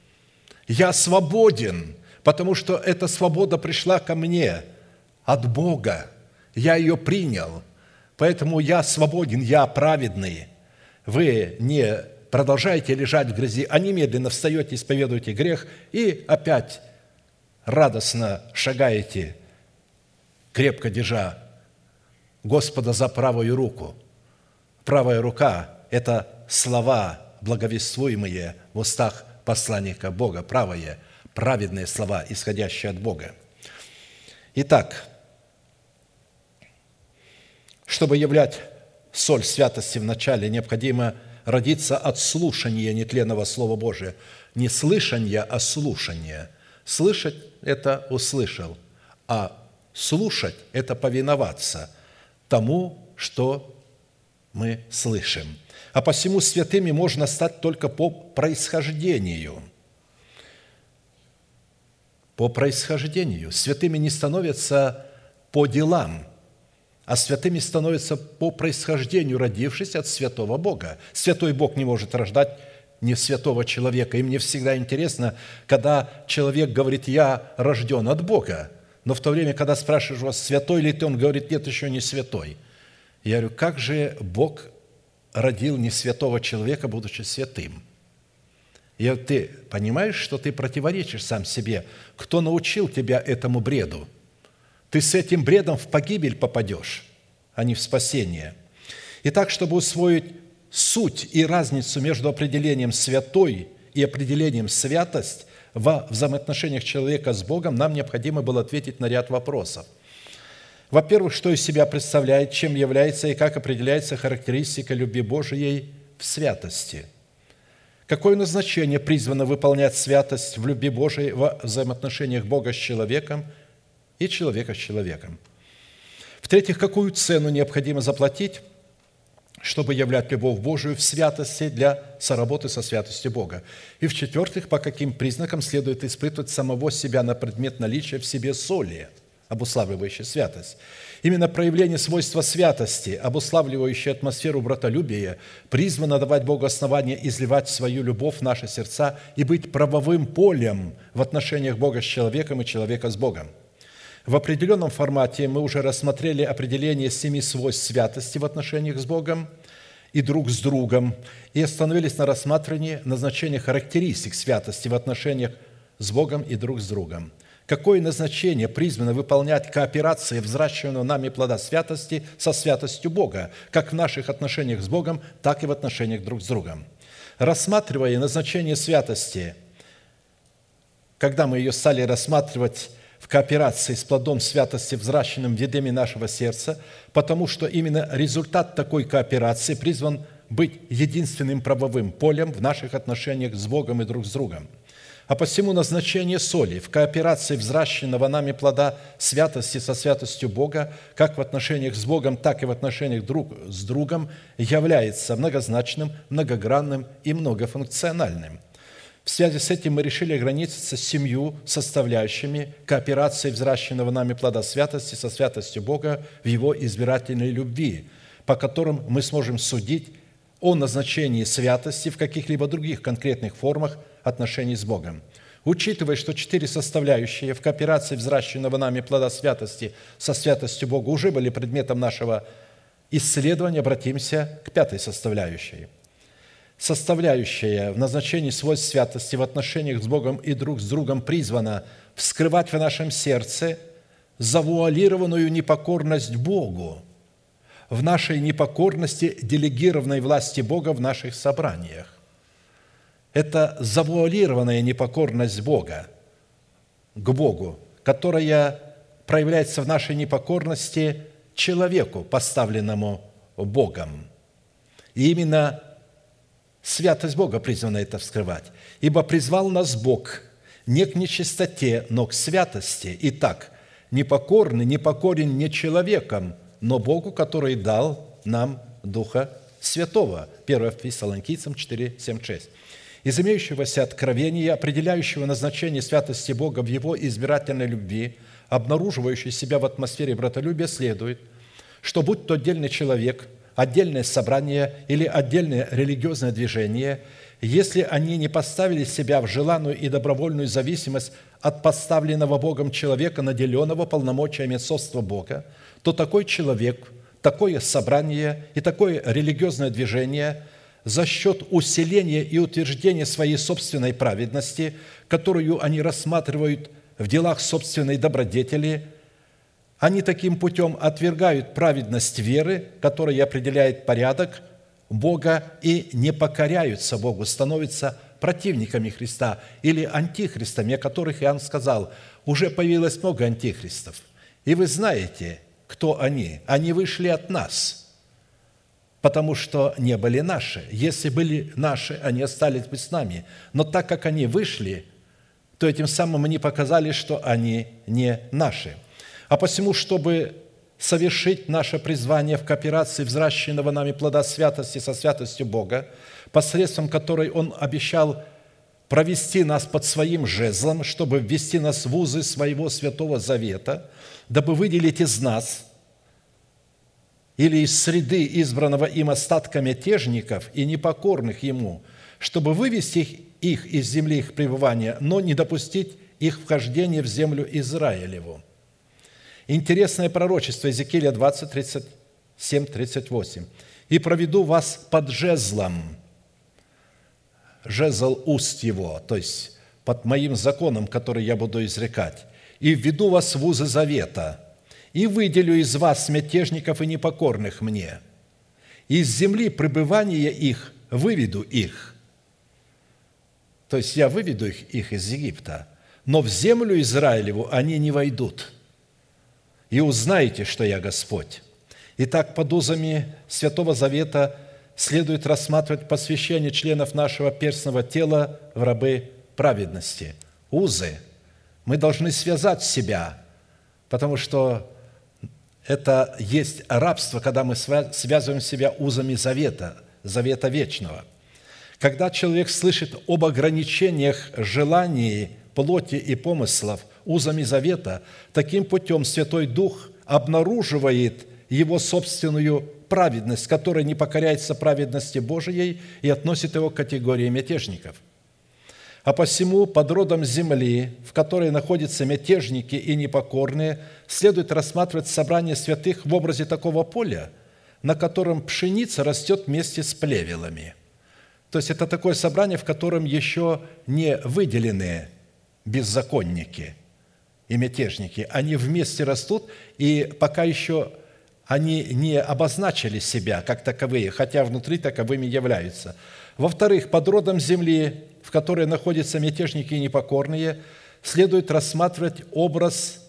потому что эта свобода пришла ко мне от Бога, я ее принял, поэтому я свободен, я праведный. Вы не продолжаете лежать в грязи, а немедленно встаете, исповедуете грех и опять радостно шагаете, крепко держа Господа за правую руку. Правая рука – это слова, благовествуемые в устах посланника Бога, праведные слова, исходящие от Бога. Итак, чтобы являть соль святости в начале, необходимо родиться от слушания нетленного Слова Божия. Не слышания, а слушания. Слышать – это услышал, а слушать – это повиноваться тому, что мы слышим. А посему святыми можно стать только по происхождению. По происхождению. Святыми не становятся по делам, а святыми становятся по происхождению, родившись от святого Бога. Святой Бог не может рождать не святого человека. И мне всегда интересно, когда человек говорит: «Я рожден от Бога», но в то время, когда спрашиваешь вас, святой ли ты, он говорит: «Нет, еще не святой». Я говорю: как же Бог родил не святого человека, будучи святым? И ты понимаешь, что ты противоречишь сам себе? Кто научил тебя этому бреду? Ты с этим бредом в погибель попадешь, а не в спасение. Итак, чтобы усвоить суть и разницу между определением «святой» и определением «святость» во взаимоотношениях человека с Богом, нам необходимо было ответить на ряд вопросов. Во-первых, что из себя представляет, чем является и как определяется характеристика любви Божией в святости? Какое назначение призвано выполнять святость в любви Божией во взаимоотношениях Бога с человеком и человека с человеком? В-третьих, какую цену необходимо заплатить, чтобы являть любовь Божию в святости для соработы со святостью Бога? И в-четвертых, по каким признакам следует испытывать самого себя на предмет наличия в себе соли, обуславливающей святость? Именно проявление свойства святости, обуславливающей атмосферу братолюбия, призвано давать Богу основание изливать свою любовь в наши сердца и быть правовым полем в отношениях Бога с человеком и человека с Богом. В определенном формате мы уже рассмотрели определение 7 свойств святости в отношениях с Богом и друг с другом и остановились на рассматривании назначения характеристик святости в отношениях с Богом и друг с другом. Какое назначение призвано выполнять кооперация взращиваемого нами плода святости со святостью Бога, как в наших отношениях с Богом, так и в отношениях друг с другом? Рассматривая назначение святости, когда мы ее стали рассматривать в кооперации с плодом святости, взращенным в едеме нашего сердца, потому что именно результат такой кооперации призван быть единственным правовым полем в наших отношениях с Богом и друг с другом. А посему назначение соли в кооперации взращенного нами плода святости со святостью Бога, как в отношениях с Богом, так и в отношениях друг с другом, является многозначным, многогранным и многофункциональным. В связи с этим мы решили ограничиться 7 составляющими кооперации взращенного нами плода святости со святостью Бога в Его избирательной любви, по которым мы сможем судить о назначении святости в каких-либо других конкретных формах отношений с Богом. Учитывая, что 4 составляющие в кооперации взращенного нами плода святости со святостью Бога уже были предметом нашего исследования, обратимся к 5 составляющей. Составляющая в назначении свойств святости в отношениях с Богом и друг с другом призвана вскрывать в нашем сердце завуалированную непокорность Богу, в нашей непокорности делегированной власти Бога в наших собраниях. Это завуалированная непокорность Бога к Богу, которая проявляется в нашей непокорности человеку, поставленному Богом. И именно святость Бога призвана это вскрывать. «Ибо призвал нас Бог не к нечистоте, но к святости. Итак, непокорный непокорен не человеком, но Богу, который дал нам Духа Святого». 1 Фессалоникийцам 4, 7, 6. Из имеющегося откровения, определяющего назначение святости Бога в Его избирательной любви, обнаруживающей себя в атмосфере братолюбия, следует, что будь то отдельный человек, отдельное собрание или отдельное религиозное движение, если они не поставили себя в желанную и добровольную зависимость от поставленного Богом человека, наделенного полномочиями отцовства Бога, то такой человек, такое собрание и такое религиозное движение за счет усиления и утверждения своей собственной праведности, которую они рассматривают в делах собственной добродетели, они таким путем отвергают праведность веры, которая определяет порядок Бога, и не покоряются Богу, становятся противниками Христа или антихристами, о которых Иоанн сказал, уже появилось много антихристов. И вы знаете, кто они. Они вышли от нас, потому что не были наши. Если были наши, они остались бы с нами. Но так как они вышли, то этим самым они показали, что они не наши. А посему, чтобы совершить наше призвание в кооперации взращенного нами плода святости со святостью Бога, посредством которой Он обещал провести нас под Своим жезлом, чтобы ввести нас в узы Своего Святого Завета, дабы выделить из нас или из среды избранного им остатка мятежников и непокорных Ему, чтобы вывести их из земли их пребывания, но не допустить их вхождения в землю Израилеву. Интересное пророчество Иезекииля 20, 37, 38. «И проведу вас под жезлом», жезл уст его, то есть под моим законом, который я буду изрекать, «и введу вас в узы завета, и выделю из вас мятежников и непокорных мне. Из земли пребывания их выведу их». То есть я выведу их из Египта, но в землю Израилеву они не войдут. И узнаете, что я Господь. Итак, под узами Святого Завета следует рассматривать посвящение членов нашего перстного тела в рабы праведности. Узы. Мы должны связать себя, потому что это есть рабство, когда мы связываем себя узами завета, завета вечного. Когда человек слышит об ограничениях желаний, плоти и помыслов узами завета, таким путем Святой Дух обнаруживает его собственную праведность, которая не покоряется праведности Божией и относит его к категории мятежников. А посему под родом земли, в которой находятся мятежники и непокорные, следует рассматривать собрание святых в образе такого поля, на котором пшеница растет вместе с плевелами. То есть это такое собрание, в котором еще не выделены беззаконники и мятежники. Они вместе растут, и пока еще они не обозначили себя как таковые, хотя внутри таковыми являются. Во-вторых, под родом земли, в которой находятся мятежники и непокорные, следует рассматривать образ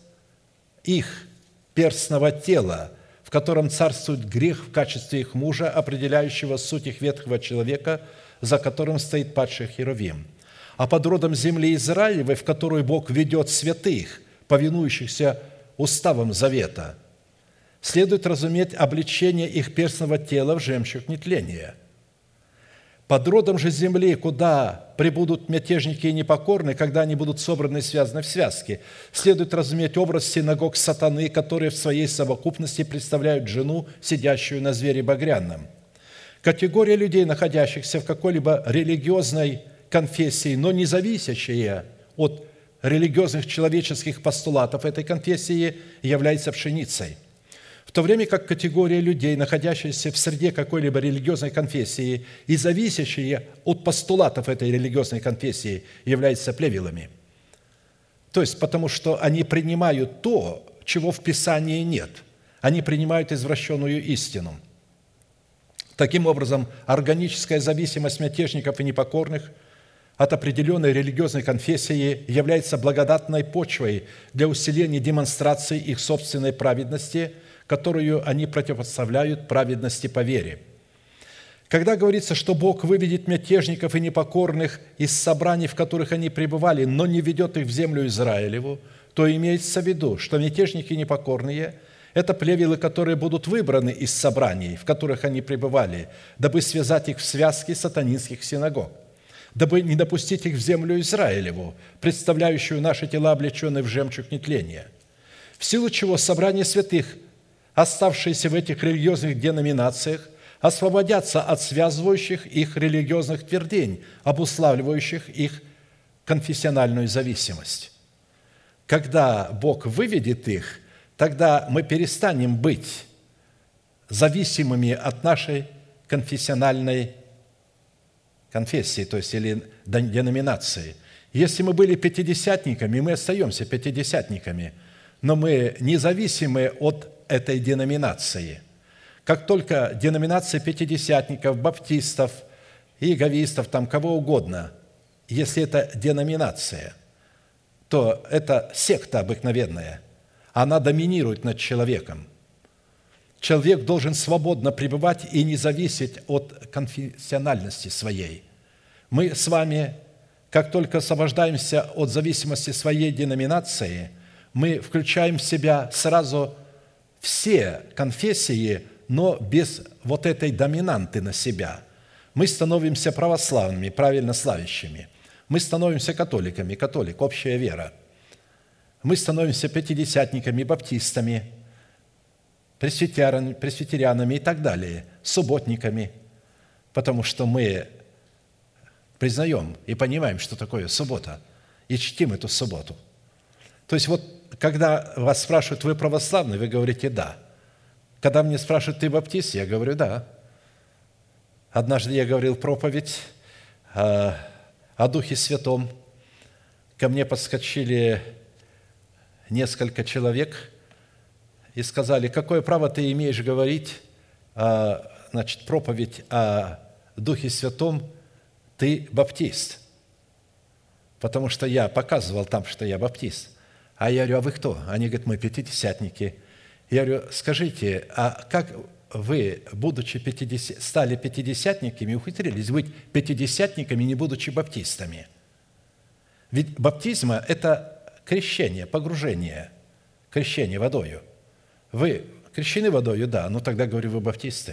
их перстного тела, в котором царствует грех в качестве их мужа, определяющего суть их ветхого человека, за которым стоит падший Херувим. А под родом земли Израилевой, в которую Бог ведет святых, повинующихся уставам завета, следует разуметь облечение их перстного тела в жемчуг нетления. Под родом же земли, куда прибудут мятежники и непокорные, когда они будут собраны и связаны в связке, следует разуметь образ синагог сатаны, которые в своей совокупности представляют жену, сидящую на звере багряном. Категория людей, находящихся в какой-либо религиозной конфессии, но не зависящая от религиозных человеческих постулатов этой конфессии является пшеницей. В то время как категория людей, находящихся в среде какой-либо религиозной конфессии и зависящие от постулатов этой религиозной конфессии, являются плевелами. То есть, потому что они принимают то, чего в Писании нет. Они принимают извращенную истину. Таким образом, органическая зависимость мятежников и непокорных от определенной религиозной конфессии является благодатной почвой для усиления демонстрации их собственной праведности, которую они противопоставляют праведности по вере. Когда говорится, что Бог выведет мятежников и непокорных из собраний, в которых они пребывали, но не ведет их в землю Израилеву, то имеется в виду, что мятежники непокорные – это плевелы, которые будут выбраны из собраний, в которых они пребывали, дабы связать их в связки сатанинских синагог, дабы не допустить их в землю Израилеву, представляющую наши тела, облеченные в жемчуг нетления. В силу чего собрание святых, оставшиеся в этих религиозных деноминациях, освободятся от связывающих их религиозных твердынь, обуславливающих их конфессиональную зависимость. Когда Бог выведет их, тогда мы перестанем быть зависимыми от нашей конфессиональной конфессии, то есть или деноминации. Если мы были пятидесятниками, мы остаемся пятидесятниками, но мы независимы от этой деноминации. Как только деноминация пятидесятников, баптистов, иеговистов, там кого угодно, если это деноминация, то это секта обыкновенная. Она доминирует над человеком. Человек должен свободно пребывать и не зависеть от конфессиональности своей. Мы с вами, как только освобождаемся от зависимости своей деноминации, мы включаем в себя сразу все конфессии, но без вот этой доминанты на себя. Мы становимся православными, правильно славящими. Мы становимся католиками, католик, общая вера. Мы становимся пятидесятниками, баптистами, пресвитерянами и так далее, субботниками, потому что мы признаем и понимаем, что такое суббота, и чтим эту субботу. То есть вот, когда вас спрашивают, вы православный, вы говорите «да». Когда мне спрашивают, ты баптист, я говорю «да». Однажды я говорил проповедь о Духе Святом. Ко мне подскочили несколько человек и сказали, какое право ты имеешь говорить, проповедь о Духе Святом, ты баптист. Потому что я показывал там, что я баптист. А я говорю, а вы кто? Они говорят, мы пятидесятники. Я говорю, скажите, а как вы, будучи стали пятидесятниками, ухитрились быть пятидесятниками, не будучи баптистами? Ведь баптизм – это крещение, погружение, крещение водою. Вы крещены водою, да, но тогда, говорю, вы баптисты.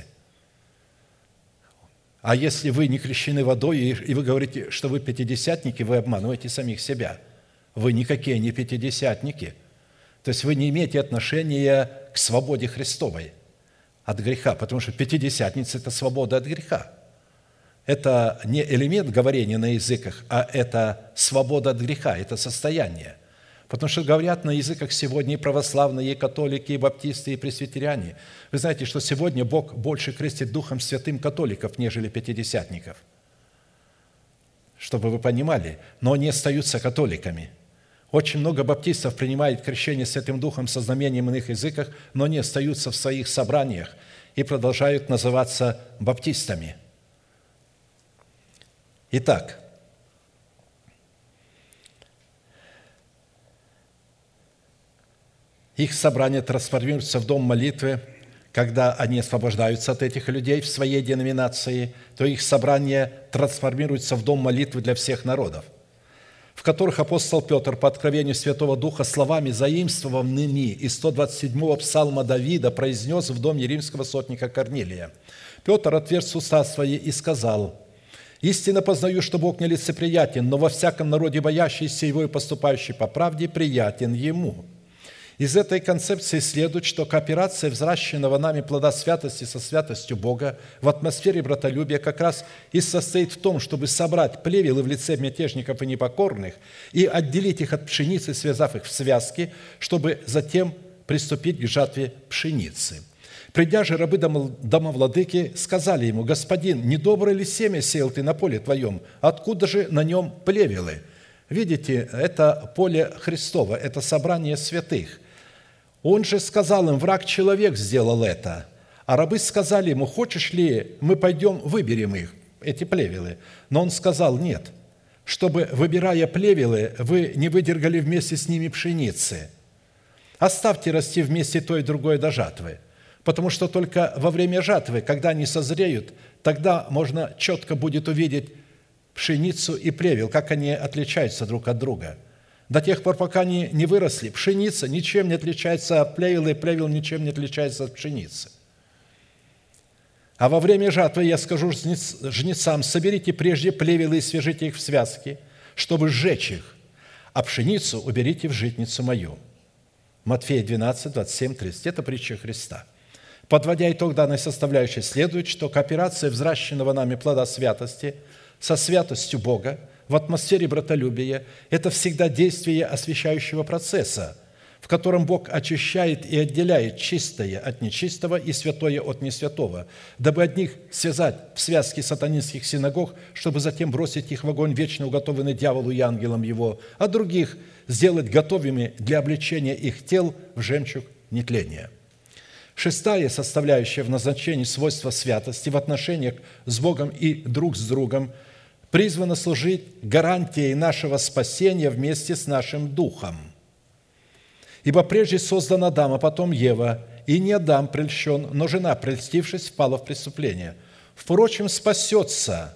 А если вы не крещены водою, и вы говорите, что вы пятидесятники, вы обманываете самих себя. Вы никакие не пятидесятники. То есть вы не имеете отношения к свободе Христовой от греха, потому что пятидесятница – это свобода от греха. Это не элемент говорения на языках, а это свобода от греха, это состояние. Потому что говорят на языках сегодня и православные, и католики, и баптисты, и пресвитеряне. Вы знаете, что сегодня Бог больше крестит Духом Святым католиков, нежели пятидесятников. Чтобы вы понимали, но они остаются католиками. Очень много баптистов принимает крещение Святым Духом со знамением в иных языках, но они остаются в своих собраниях и продолжают называться баптистами. Итак, их собрание трансформируется в дом молитвы, когда они освобождаются от этих людей в своей деноминации, то их собрание трансформируется в дом молитвы для всех народов, в которых апостол Петр по откровению Святого Духа словами, заимствованными из 127-го псалма Давида, произнес в доме римского сотника Корнилия. Петр отверз уста свои и сказал: «Истинно познаю, что Бог нелицеприятен, но во всяком народе боящийся Его и поступающий по правде приятен Ему. Из этой концепции следует, что кооперация взращенного нами плода святости со святостью Бога в атмосфере братолюбия как раз и состоит в том, чтобы собрать плевелы в лице мятежников и непокорных и отделить их от пшеницы, связав их в связки, чтобы затем приступить к жатве пшеницы. Придя же рабы домовладыки, сказали ему: «Господин, недоброе ли семя сеял ты на поле твоем? Откуда же на нем плевелы?» Видите, это поле Христово, это собрание святых. Он же сказал им: враг-человек сделал это. А рабы сказали ему: хочешь ли, мы пойдем выберем их, эти плевелы? Но он сказал: нет, чтобы, выбирая плевелы, вы не выдергали вместе с ними пшеницы. Оставьте расти вместе то и другое до жатвы, потому что только во время жатвы, когда они созреют, тогда можно четко будет увидеть пшеницу и плевел, как они отличаются друг от друга. До тех пор, пока они не выросли, пшеница ничем не отличается от плевела, и плевел ничем не отличается от пшеницы. А во время жатвы я скажу жнецам: соберите прежде плевелы и свяжите их в связки, чтобы сжечь их, а пшеницу уберите в житницу мою». Матфея 12, 27, 30. Это притча Христа. Подводя итог данной составляющей, следует, что кооперация взращенного нами плода святости со святостью Бога в атмосфере братолюбия – это всегда действие освящающего процесса, в котором Бог очищает и отделяет чистое от нечистого и святое от несвятого, дабы одних связать в связке сатанинских синагог, чтобы затем бросить их в огонь, вечно уготованный дьяволу и ангелам его, а других сделать готовыми для облечения их тел в жемчуг нетления. Шестая составляющая в назначении свойства святости в отношениях с Богом и друг с другом призвана служить гарантией нашего спасения вместе с нашим духом. Ибо прежде создан Адам, а потом Ева, и не Адам прельщен, но жена, прельстившись, впала в преступление. Впрочем, спасется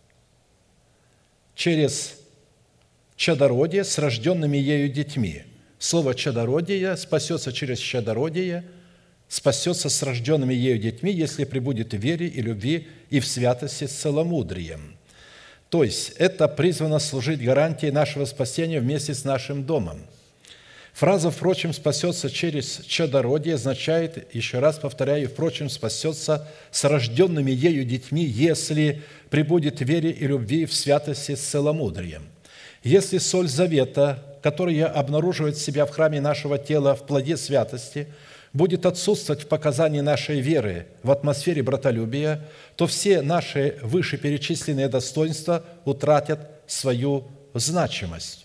через чадородие с рожденными ею детьми. Слово «чадородие» спасется через чадородие, спасется с рожденными ею детьми, если пребудет в вере и любви и в святости с целомудрием. То есть это призвано служить гарантией нашего спасения вместе с нашим домом. Фраза «впрочем, спасется через чадородие» означает, еще раз повторяю, «впрочем, спасется с рожденными ею детьми, если пребудет в вере и любви в святости с целомудрием». Если соль завета, которая обнаруживает себя в храме нашего тела в плоде святости, будет отсутствовать в показании нашей веры в атмосфере братолюбия, то все наши вышеперечисленные достоинства утратят свою значимость.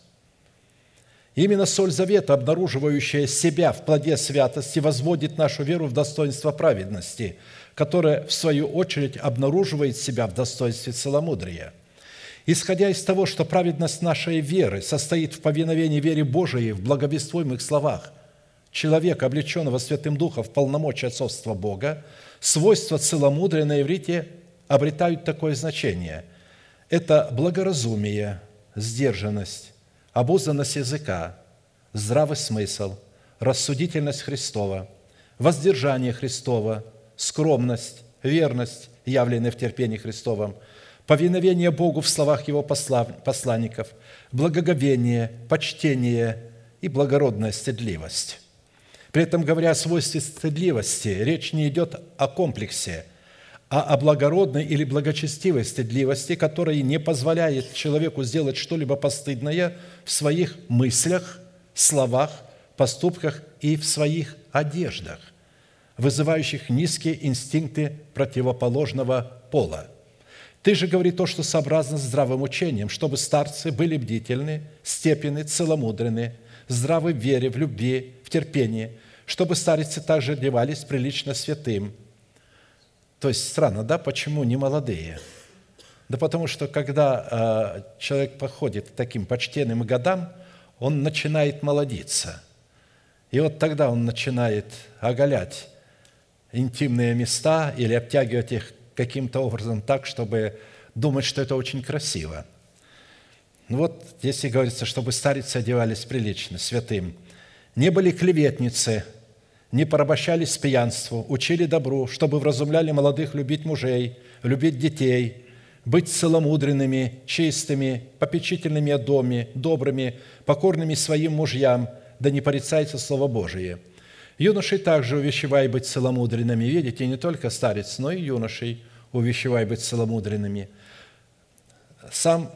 Именно соль завета, обнаруживающая себя в плоде святости, возводит нашу веру в достоинство праведности, которая, в свою очередь, обнаруживает себя в достоинстве целомудрия. Исходя из того, что праведность нашей веры состоит в повиновении вере Божией в благовествуемых словах человека, облеченного Святым Духом в полномочия отцовства Бога, свойства целомудрия на иврите обретают такое значение. Это благоразумие, сдержанность, обузданность языка, здравый смысл, рассудительность Христова, воздержание Христово, скромность, верность, явленная в терпении Христовом, повиновение Богу в словах Его посланников, благоговение, почтение и благородная стыдливость. При этом, говоря о свойстве стыдливости, речь не идет о комплексе, а о благородной или благочестивой стыдливости, которая не позволяет человеку сделать что-либо постыдное в своих мыслях, словах, поступках и в своих одеждах, вызывающих низкие инстинкты противоположного пола. Ты же говори то, что сообразно с здравым учением, чтобы старцы были бдительны, степенны, целомудренны, здравы в вере, в любви, в терпении, чтобы старицы также одевались прилично святым. То есть странно, да, почему не молодые? Да потому что, когда человек подходит к таким почтенным годам, он начинает молодиться. И вот тогда он начинает оголять интимные места или обтягивать их каким-то образом так, чтобы думать, что это очень красиво. Ну вот, если говорится, чтобы старицы одевались прилично, святым, не были клеветницы, не порабощались пьянству, учили добру, чтобы вразумляли молодых любить мужей, любить детей, быть целомудренными, чистыми, попечительными о доме, добрыми, покорными своим мужьям, да не порицается Слово Божие. Юношей также увещевай быть целомудренными». Видите, не только старец, но и юношей увещевай быть целомудренными. Сам,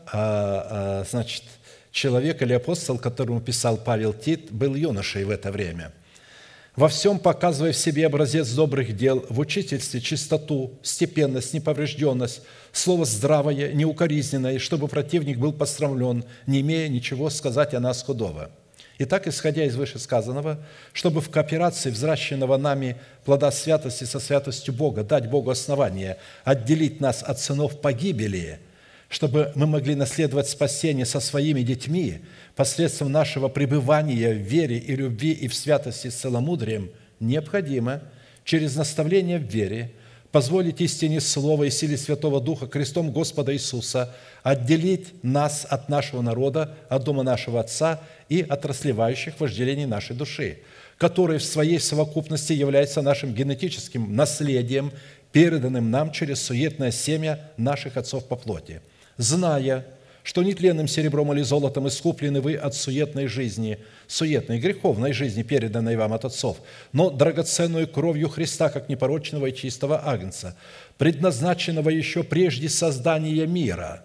человек или апостол, которому писал Павел Тит, был юношей в это время. «Во всем показывай в себе образец добрых дел, в учительстве чистоту, степенность, неповрежденность, слово здравое, неукоризненное, чтобы противник был посрамлен, не имея ничего сказать о нас худого». Итак, исходя из вышесказанного, чтобы в кооперации взращенного нами плода святости со святостью Бога дать Богу основание отделить нас от сынов погибели, чтобы мы могли наследовать спасение со своими детьми посредством нашего пребывания в вере и любви и в святости с целомудрием, необходимо через наставление в вере позволить истине Слова и силе Святого Духа крестом Господа Иисуса отделить нас от нашего народа, от дома нашего Отца и от расслевающих вожделений нашей души, которые в своей совокупности являются нашим генетическим наследием, переданным нам через суетное семя наших отцов по плоти, зная, что нетленным серебром или золотом искуплены вы от суетной жизни, суетной, греховной жизни, переданной вам от отцов, но драгоценную кровью Христа, как непорочного и чистого агнца, предназначенного еще прежде создания мира,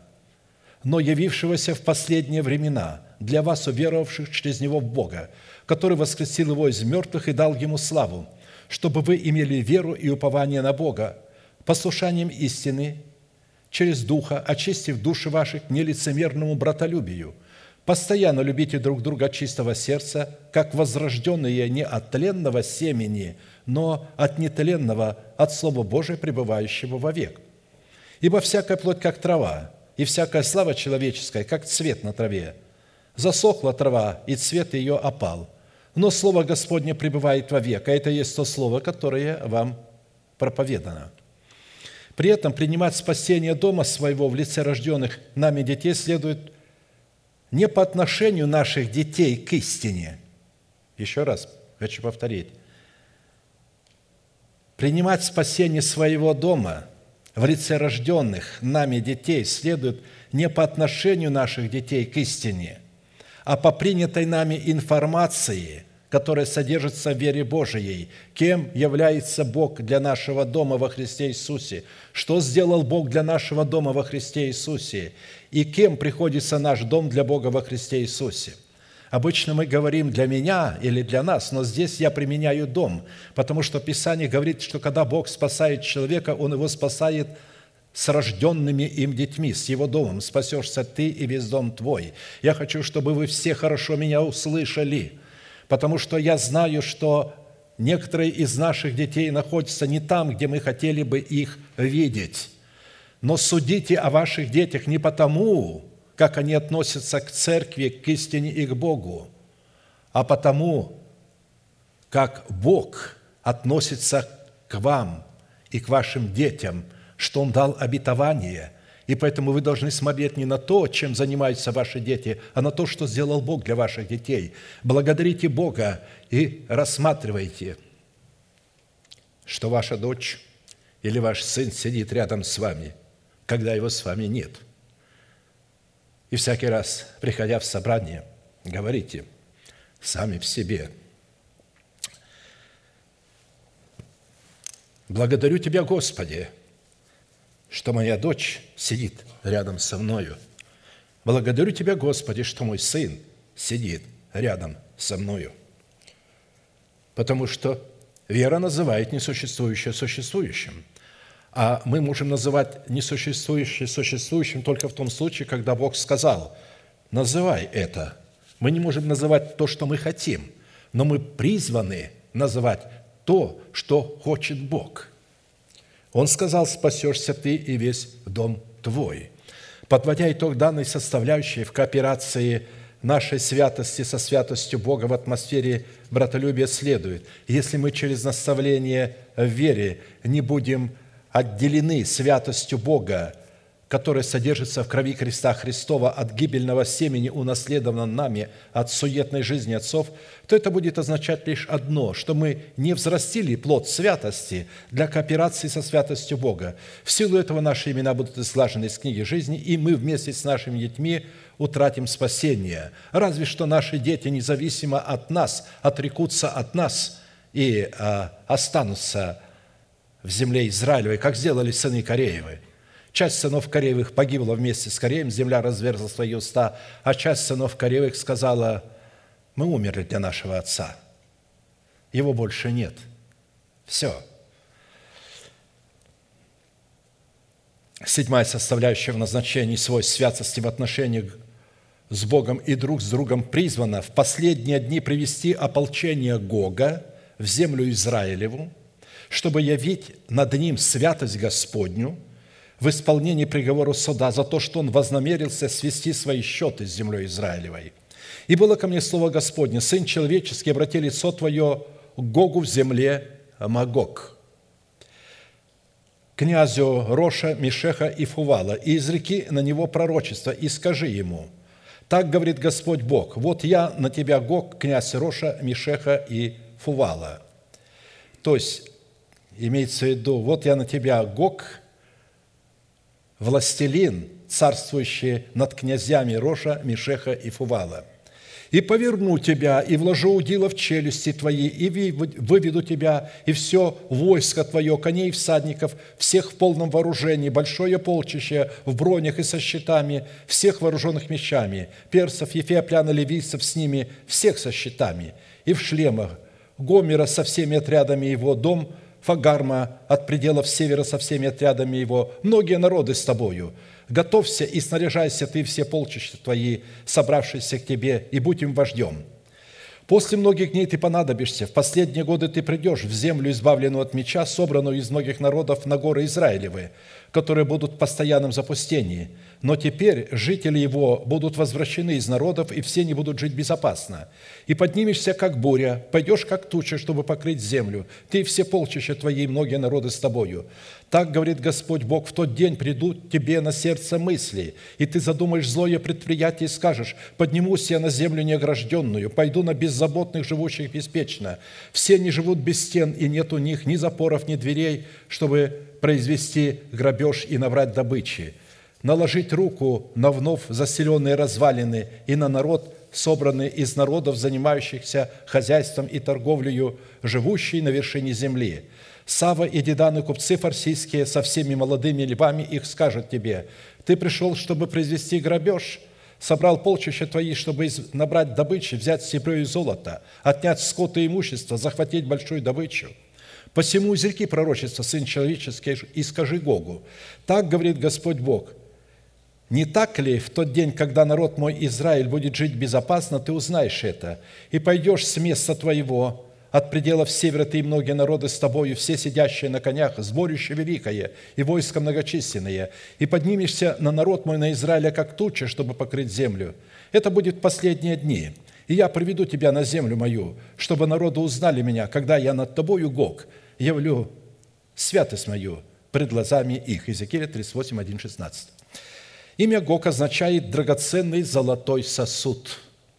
но явившегося в последние времена для вас, уверовавших через Него в Бога, который воскресил Его из мертвых и дал Ему славу, чтобы вы имели веру и упование на Бога, послушанием истины, через Духа, очистив души ваших к нелицемерному братолюбию. Постоянно любите друг друга от чистого сердца, как возрожденные не от тленного семени, но от нетленного, от Слова Божия, пребывающего вовек. Ибо всякая плоть, как трава, и всякая слава человеческая, как цвет на траве. Засохла трава, и цвет ее опал. Но Слово Господне пребывает вовек, а это есть то Слово, которое вам проповедано. При этом принимать спасение дома своего в лице рожденных нами детей следует не по отношению наших детей к истине. Еще раз хочу повторить. Принимать спасение своего дома в лице рожденных нами детей следует не по отношению наших детей к истине, а по принятой нами информации, которая содержится в вере Божией, кем является Бог для нашего дома во Христе Иисусе, что сделал Бог для нашего дома во Христе Иисусе, и кем приходится наш дом для Бога во Христе Иисусе. Обычно мы говорим «для меня» или «для нас», но здесь я применяю дом, потому что Писание говорит, что когда Бог спасает человека, Он его спасает с рожденными им детьми, с его домом. «Спасешься ты и весь дом твой». Я хочу, чтобы вы все хорошо меня услышали, потому что я знаю, что некоторые из наших детей находятся не там, где мы хотели бы их видеть. Но судите о ваших детях не потому, как они относятся к церкви, к истине и к Богу, а потому, как Бог относится к вам и к вашим детям, что Он дал обетование. И поэтому вы должны смотреть не на то, чем занимаются ваши дети, а на то, что сделал Бог для ваших детей. Благодарите Бога и рассматривайте, что ваша дочь или ваш сын сидит рядом с вами, когда его с вами нет. И всякий раз, приходя в собрание, говорите сами в себе: «Благодарю Тебя, Господи, что моя дочь сидит рядом со мною. Благодарю Тебя, Господи, что мой сын сидит рядом со мною». Потому что вера называет несуществующее существующим. А мы можем называть несуществующее существующим только в том случае, когда Бог сказал: «Называй это». Мы не можем называть то, что мы хотим, но мы призваны называть то, что хочет Бог. Он сказал: «Спасешься ты и весь дом твой». Подводя итог данной составляющей в кооперации нашей святости со святостью Бога в атмосфере братолюбия следует: если мы через наставление в вере не будем отделены святостью Бога, которая содержится в крови креста Христова, от гибельного семени, унаследованного нами от суетной жизни отцов, то это будет означать лишь одно, что мы не взрастили плод святости для кооперации со святостью Бога. В силу этого наши имена будут изглажены из книги жизни, и мы вместе с нашими детьми утратим спасение. Разве что наши дети, независимо от нас, отрекутся от нас и останутся в земле Израилевой, как сделали сыны Кореевы. Часть сынов Кореевых погибла вместе с Кореем, земля разверзла свои уста, а часть сынов Кореевых сказала: мы умерли для нашего отца, его больше нет. Все. Седьмая составляющая в назначении свойств святости в отношениях с Богом и друг с другом призвана в последние дни привести ополчение Гога в землю Израилеву, чтобы явить над ним святость Господню в исполнении приговора суда за то, что он вознамерился свести свои счеты с землей Израилевой. И было ко мне слово Господне: Сын человеческий, обрати лицо твое к Гогу в земле Магог, князю Роша, Мешеха и Фувала, и изреки на него пророчество, и скажи ему: так говорит Господь Бог, вот я на тебя, Гог, князь Роша, Мешеха и Фувала. То есть, имеется в виду, вот я на тебя, Гог, властелин, царствующий над князьями Роша, Мешеха и Фувала. И поверну тебя, и вложу удила в челюсти твои, и выведу тебя, и все войско твое, коней и всадников, всех в полном вооружении, большое полчище в бронях и со щитами, всех вооруженных мечами, персов, ефиоплян и ливийцев с ними, всех со щитами, и в шлемах, Гомера со всеми отрядами его, дом Фагарма от пределов севера со всеми отрядами его, многие народы с тобою. Готовься и снаряжайся ты, все полчища твои, собравшиеся к тебе, и будь им вождем. После многих дней ты понадобишься, в последние годы ты придешь в землю, избавленную от меча, собранную из многих народов на горы Израилевы, которые будут в постоянном запустении. Но теперь жители его будут возвращены из народов, и все не будут жить безопасно. И поднимешься, как буря, пойдешь, как туча, чтобы покрыть землю. Ты и все полчища твои, и многие народы с тобою. Так говорит Господь Бог: в тот день придут тебе на сердце мысли, и ты задумаешь злое предприятие и скажешь: поднимусь я на землю неогражденную, пойду на беззаботных, живущих беспечно. Все они живут без стен, и нет у них ни запоров, ни дверей, чтобы произвести грабеж и набрать добычи. Наложить руку на вновь заселенные развалины и на народ, собранный из народов, занимающихся хозяйством и торговлею, живущий на вершине земли. Сава и Деданы, купцы фарсийские, со всеми молодыми львами их скажут тебе: ты пришел, чтобы произвести грабеж, собрал полчища твои, чтобы набрать добычи, взять серебро и золото, отнять скот и имущество, захватить большую добычу. Посему изреки пророчество, Сын человеческий, и скажи Гогу: так говорит Господь Бог, не так ли в тот день, когда народ мой Израиль будет жить безопасно, ты узнаешь это, и пойдешь с места твоего, от пределов севера ты и многие народы с тобою, все сидящие на конях, сборище великое и войско многочисленное, и поднимешься на народ мой, на Израиля, как туча, чтобы покрыть землю. Это будет в последние дни, и я приведу тебя на землю мою, чтобы народы узнали меня, когда я над тобою, Гог, явлю святость мою пред глазами их». Иезекииля 38, 1, 16. Имя Гог означает «драгоценный золотой сосуд».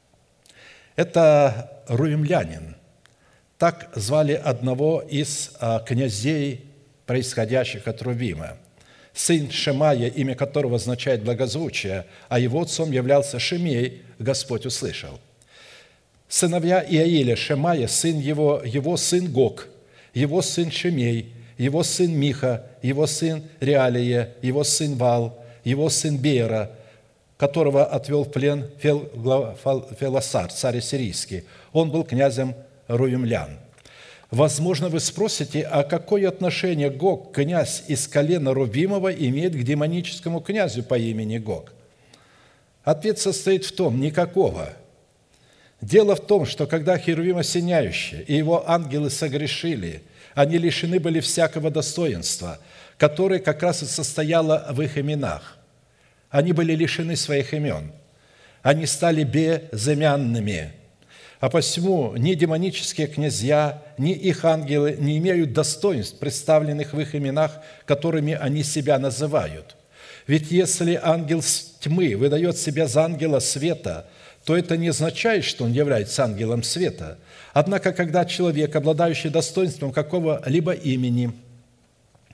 Это рувимлянин. Так звали одного из князей, происходящих от Рувима. Сын Шемая, имя которого означает «благозвучие», а его отцом являлся Шимей, Господь услышал. Сыновья Иаиля: Шемая, сын его сын Гог, его сын Шимей, его сын Миха, его сын Реалия, его сын Вал, его сын Беера, которого отвел в плен Фелосар, царь ассирийский. Он был князем рувимлян. Возможно, вы спросите, а какое отношение Гог, князь из колена Рувимова, имеет к демоническому князю по имени Гог? Ответ состоит в том: никакого. Дело в том, что когда Херувим осеняющий и его ангелы согрешили, они лишены были всякого достоинства, которое как раз и состояло в их именах. Они были лишены своих имен. Они стали безымянными. А посему ни демонические князья, ни их ангелы не имеют достоинств, представленных в их именах, которыми они себя называют. Ведь если ангел тьмы выдает себя за ангела света, то это не означает, что он является ангелом света. Однако, когда человек, обладающий достоинством какого-либо имени,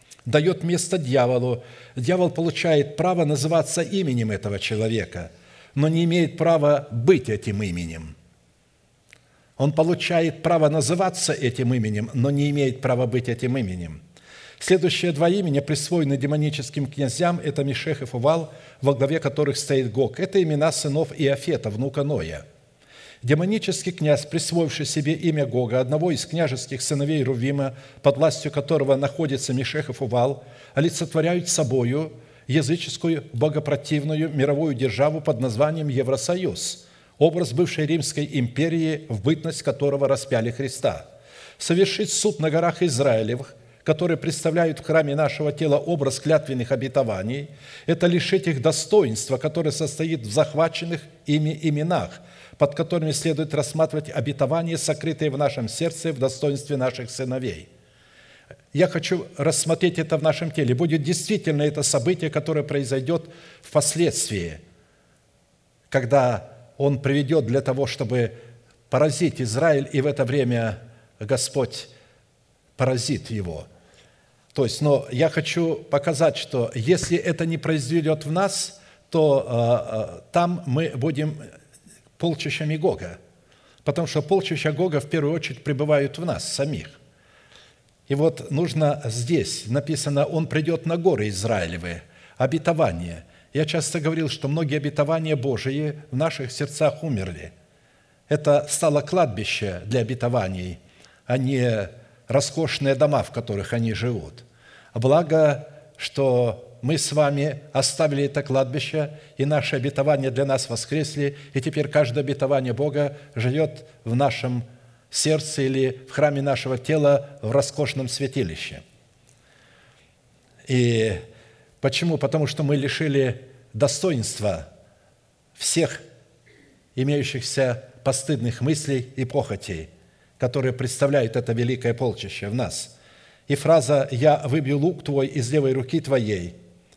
дает место дьяволу, дьявол получает право называться именем этого человека. но не имеет права быть этим именем. Он получает право называться этим именем, но не имеет права быть этим именем. Следующие два имени, присвоены демоническим князьям, это Мешех и Фувал, во главе которых стоит Гог. Это имена сынов Иофета, внука Ноя. Демонический князь, присвоивший себе имя Гога, одного из княжеских сыновей Рувима, под властью которого находится Мешех и Фувал, олицетворяют собою языческую, богопротивную мировую державу под названием Евросоюз, образ бывшей Римской империи, в бытность которого распяли Христа. Совершить суд на горах Израилевых, которые представляют в храме нашего тела образ клятвенных обетований, это лишить их достоинства, которое состоит в захваченных ими именах, под которыми следует рассматривать обетования, сокрытые в нашем сердце в достоинстве наших сыновей. Я хочу рассмотреть это в нашем теле. Будет действительно это событие, которое произойдет впоследствии, когда Он приведет для того, чтобы поразить Израиль, и в это время Господь поразит его. То есть, но я хочу показать, что если это не произойдет в нас, то там мы будем полчищами Гога, потому что полчища Гога в первую очередь пребывают в нас самих. И вот нужно здесь, написано, Он придет на горы Израилевы, обетование. Я часто говорил, что многие обетования Божии в наших сердцах умерли. Это стало кладбище для обетований, а не роскошные дома, в которых они живут. Благо, что мы с вами оставили это кладбище, и наши обетования для нас воскресли, и теперь каждое обетование Бога живет в нашем сердце или в храме нашего тела в роскошном святилище. И почему? Потому что мы лишили достоинства всех имеющихся постыдных мыслей и похотей, которые представляют это великое полчище в нас. И фраза «Я выбью лук твой из левой руки твоей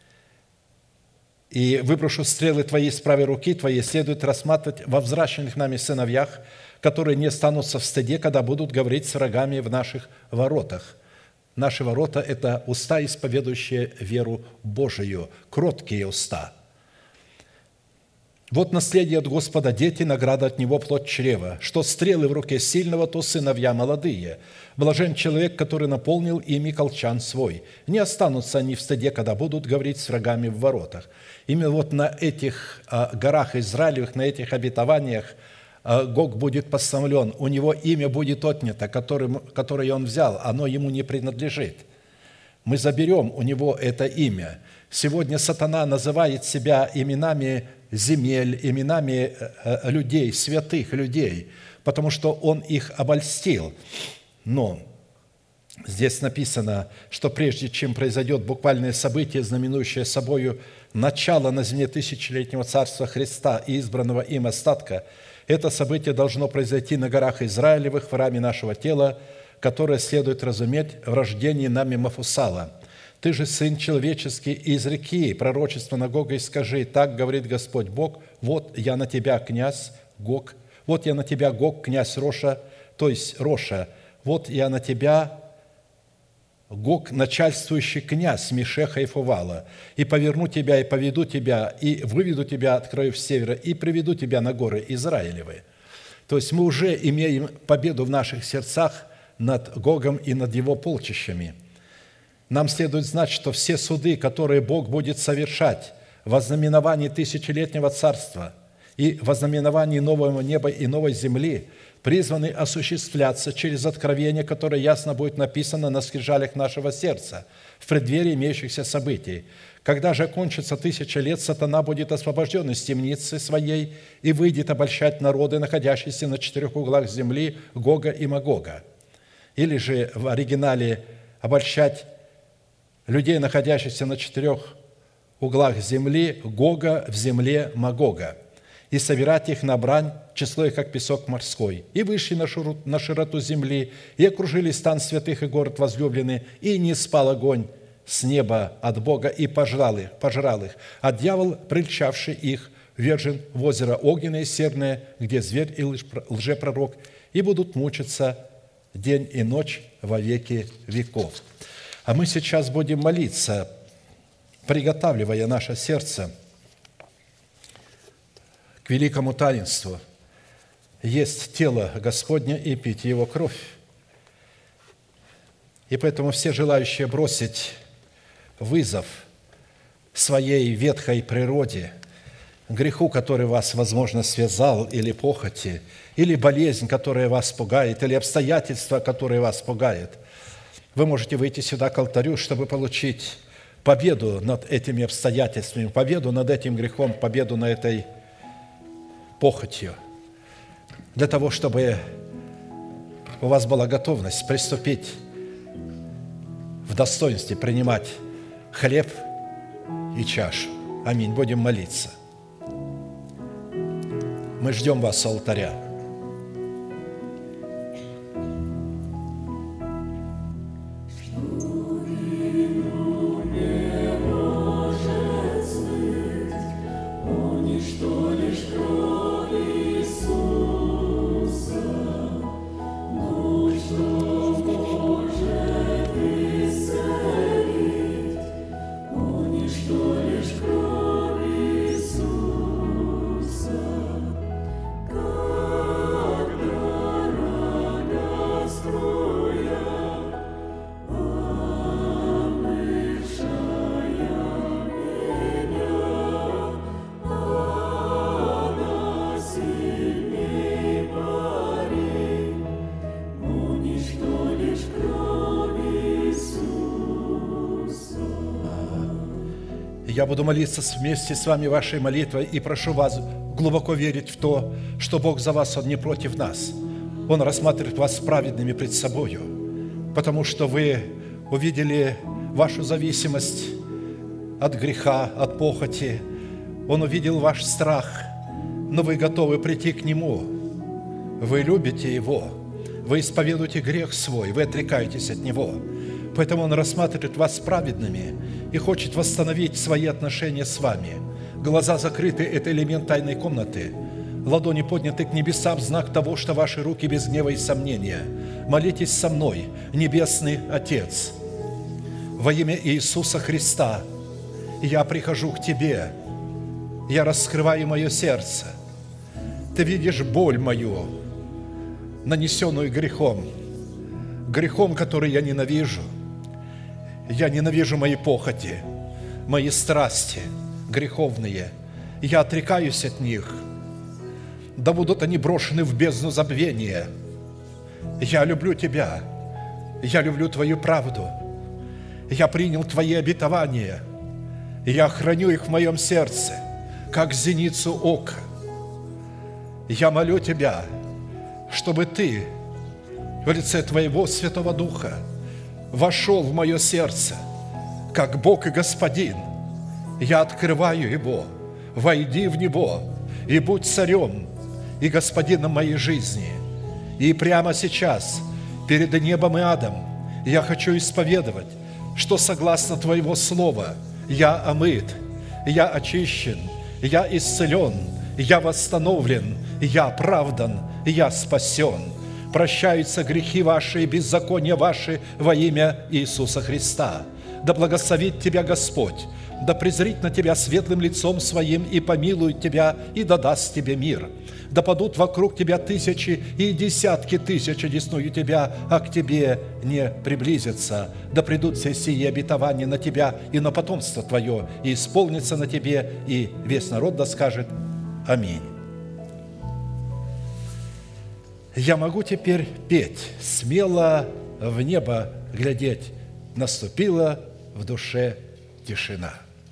и выброшу стрелы твои из правой руки твоей» следует рассматривать во взращенных нами сыновьях, которые не останутся в стыде, когда будут говорить с врагами в наших воротах. Наши ворота – это уста, исповедующие веру Божию, кроткие уста. «Вот наследие от Господа дети, награда от Него плоть чрева. Что стрелы в руке сильного, то сыновья молодые. Блажен человек, который наполнил ими колчан свой. Не останутся они в стыде, когда будут говорить с врагами в воротах». Именно вот на этих горах Израилевых, на этих обетованиях Гог будет поставлен. У него имя будет отнято, которое он взял, оно ему не принадлежит. Мы заберем у него это имя. Сегодня сатана называет себя именами земель, именами людей, святых людей, потому что он их обольстил. Но здесь написано, что прежде чем произойдет буквальное событие, знаменующее собою начало на земле тысячелетнего царства Христа и избранного им остатка, это событие должно произойти на горах Израилевых в храме нашего тела, которое следует разуметь в рождении нами Мафусала. «Ты же, сын человеческий, изреки пророчество на Гога и скажи, так говорит Господь Бог, вот я на тебя, князь Гог, вот я на тебя, Гог, князь Роша, то есть Роша, вот я на тебя, Гог, начальствующий князь Мешеха и Фувала, и поверну тебя, и поведу тебя, и выведу тебя от краев севера, и приведу тебя на горы Израилевы». То есть мы уже имеем победу в наших сердцах над Гогом и над его полчищами. Нам следует знать, что все суды, которые Бог будет совершать во знаменовании тысячелетнего царства и во знаменовании нового неба и новой земли, призваны осуществляться через откровение, которое ясно будет написано на скрижалях нашего сердца в преддверии имеющихся событий. Когда же окончится 1000 лет, сатана будет освобожден из темницы своей и выйдет обольщать народы, находящиеся на 4 углах земли, Гога и Магога. Или же в оригинале обольщать людей, находящихся на 4 углах земли, Гога в земле Магога, и собирать их на брань, число их, как песок морской. И вышли на широту земли, и окружили стан святых и город возлюбленный, и не спал огонь с неба от Бога, и пожрал их. А дьявол, прельщавший их, вержен в озеро огненное и серное, где зверь и лжепророк, и будут мучиться день и ночь во веки веков». А мы сейчас будем молиться, приготавливая наше сердце к великому таинству есть тело Господне и пить Его кровь. И поэтому все желающие бросить вызов своей ветхой природе, греху, который вас, возможно, связал, или похоти, или болезнь, которая вас пугает, или обстоятельства, которые вас пугают, вы можете выйти сюда к алтарю, чтобы получить победу над этими обстоятельствами, победу над этим грехом, победу над этой похотью, для того, чтобы у вас была готовность приступить в достоинстве принимать хлеб и чашу. Аминь. Будем молиться. Мы ждем вас у алтаря. Я буду молиться вместе с вами вашей молитвой и прошу вас глубоко верить в то, что Бог за вас, Он не против нас. Он рассматривает вас праведными пред собою, потому что вы увидели вашу зависимость от греха, от похоти. Он увидел ваш страх, но вы готовы прийти к Нему. Вы любите Его, вы исповедуете грех свой, вы отрекаетесь от Него. Поэтому Он рассматривает вас праведными и хочет восстановить свои отношения с вами. Глаза закрыты – это элемент тайной комнаты. Ладони подняты к небесам в знак того, что ваши руки без гнева и сомнения. Молитесь со мной, Небесный Отец. Во имя Иисуса Христа я прихожу к Тебе. Я раскрываю мое сердце. Ты видишь боль мою, нанесенную грехом, который я ненавижу. Я ненавижу мои похоти, мои страсти греховные. Я отрекаюсь от них. Да будут они брошены в бездну забвения. Я люблю Тебя. Я люблю Твою правду. Я принял Твои обетования. Я храню их в моем сердце, как зеницу ока. Я молю Тебя, чтобы Ты в лице Твоего Святого Духа вошел в мое сердце, как Бог и Господин. Я открываю Его. Войди в Него и будь царем и господином моей жизни. И прямо сейчас, перед небом и адом, я хочу исповедовать, что согласно Твоего Слова я омыт, я очищен, я исцелен, я восстановлен, я оправдан, я спасен. Прощаются грехи ваши и беззакония ваши во имя Иисуса Христа. Да благословит тебя Господь, да презрит на тебя светлым лицом своим и помилует тебя, и да даст тебе мир. Да падут вокруг тебя тысячи и десятки тысяч одесную тебя, а к тебе не приблизятся. Да придут все сии обетования на тебя и на потомство твое, и исполнится на тебе, и весь народ да скажет Аминь. Я могу теперь петь, смело в небо глядеть. Наступила в душе тишина.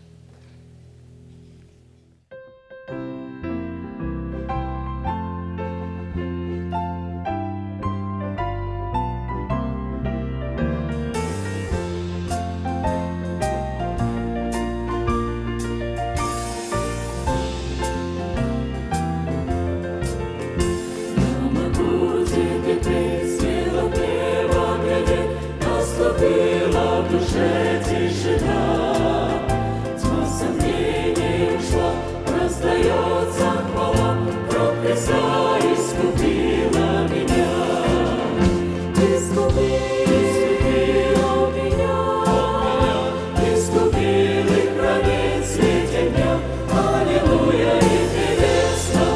Наступила в душе тишина, тьма сомнений ушла, раздается хвала, кровь Христа искупила меня. Искупила меня, искупил и хранит в свете дня. Аллилуйя, и прелестно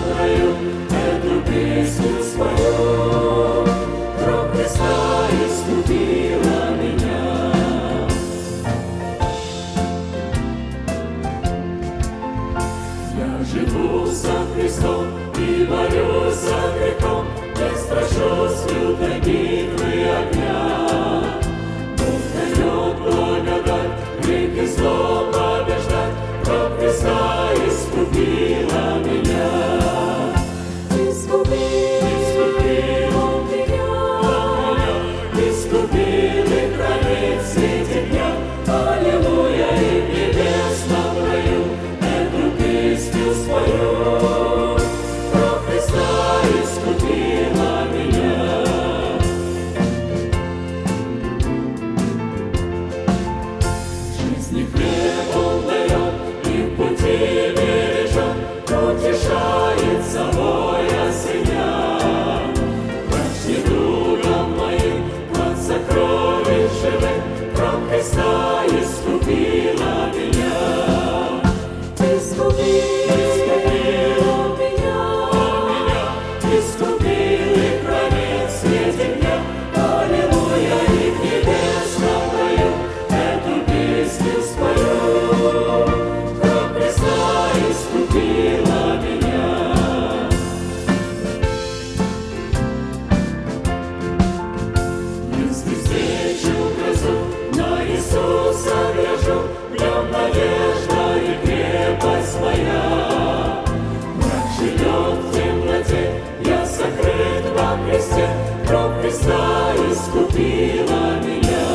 Христа искупила меня.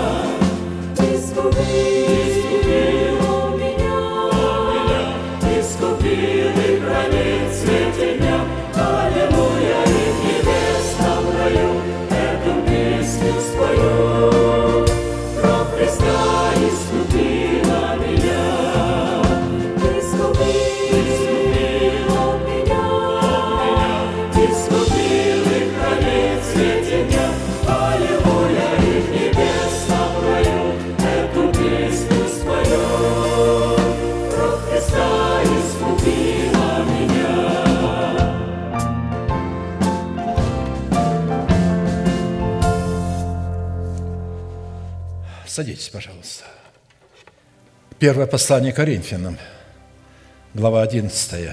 Искупила меня, искупил и хранит в свете дня. Аллилуйя, и в небесном раю эту песню спою. Кровь Христа искупила меня. Искупила меня, искупил и хранит в свете дня. Аллилуйя, и в небесном раю эту песню спою. Кровь Христа искупила меня. Садитесь, пожалуйста. Первое послание Коринфянам, глава 11,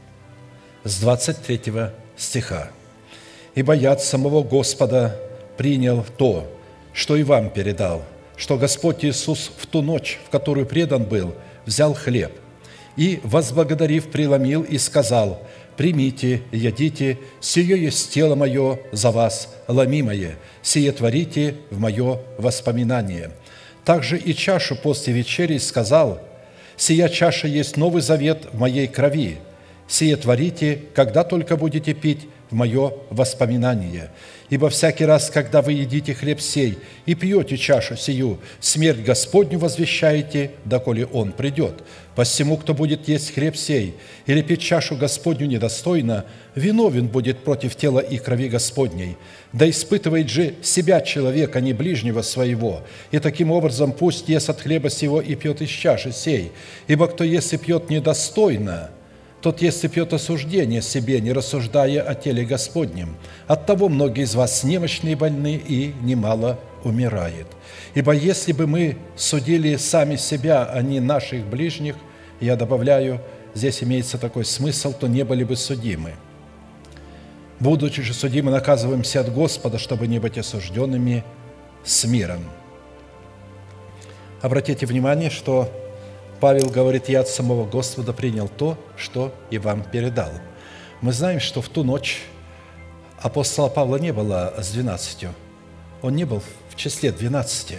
с 23 стиха. «Ибо я от самого Господа принял то, что и вам передал, что Господь Иисус в ту ночь, в которую предан был, взял хлеб и, возблагодарив, преломил и сказал: примите, едите, сие есть тело мое за вас, ломимое, сие творите в мое воспоминание. Также и чашу после вечери сказал: сия чаша есть новый завет в моей крови, сие творите, когда только будете пить в мое воспоминание. Ибо всякий раз, когда вы едите хлеб сей и пьете чашу сию, смерть Господню возвещаете, доколе Он придет. Посему, кто будет есть хлеб сей или пить чашу Господню недостойно, виновен будет против тела и крови Господней. Да испытывает же себя человек, а не ближнего своего. И таким образом пусть ест от хлеба сего и пьет из чаши сей. Ибо кто ест и пьет недостойно, тот ест и пьет осуждение себе, не рассуждая о теле Господнем. Оттого многие из вас немощны и больны, и немало умирает. Ибо если бы мы судили сами себя, а не наших ближних, я добавляю, здесь имеется такой смысл, то не были бы судимы. Будучи же судимы, наказываемся от Господа, чтобы не быть осужденными с миром». Обратите внимание, что Павел говорит: «Я от самого Господа принял то, что и вам передал». Мы знаем, что в ту ночь апостола Павла не было с 12. Он не был в числе 12.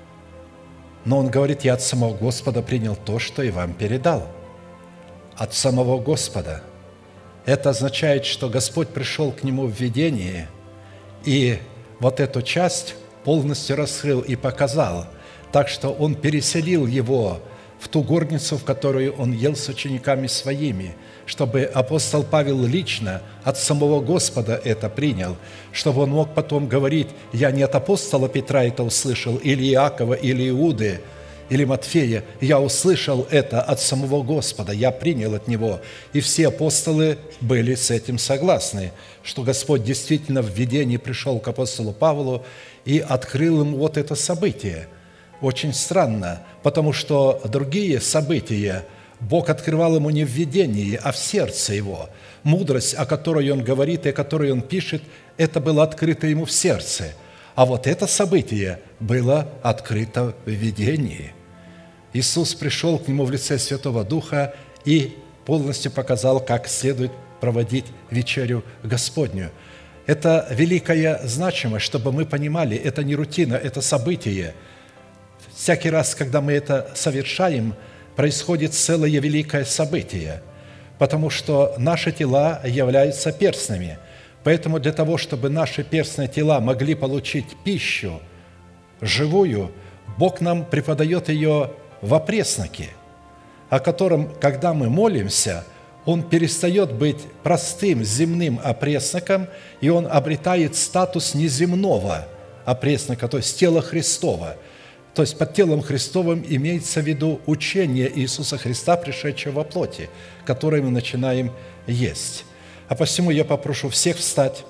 Но он говорит: «Я от самого Господа принял то, что и вам передал». От самого Господа. Это означает, что Господь пришел к нему в видении и вот эту часть полностью раскрыл и показал, так что он переселил его в ту горницу, в которую он ел с учениками своими, чтобы апостол Павел лично от самого Господа это принял, чтобы он мог потом говорить: «Я не от апостола Петра это услышал, или Иакова, или Иуды, или Матфея, я услышал это от самого Господа, я принял от Него». И все апостолы были с этим согласны, что Господь действительно в видении пришел к апостолу Павлу и открыл ему вот это событие. Очень странно, потому что другие события Бог открывал ему не в видении, а в сердце его. Мудрость, о которой он говорит и о которой он пишет, это было открыто ему в сердце. А вот это событие было открыто в видении. Иисус пришел к нему в лице Святого Духа и полностью показал, как следует проводить вечерю Господню. Это великая значимость, чтобы мы понимали, это не рутина, это событие. Всякий раз, когда мы это совершаем, происходит целое великое событие, потому что наши тела являются перстнями. Поэтому для того, чтобы наши перстные тела могли получить пищу живую, Бог нам преподает ее в опресноке, о котором, когда мы молимся, он перестает быть простым земным опресноком, и он обретает статус неземного опреснока, то есть тела Христова. То есть под телом Христовым имеется в виду учение Иисуса Христа, пришедшего во плоти, которое мы начинаем есть. А посему я попрошу всех встать,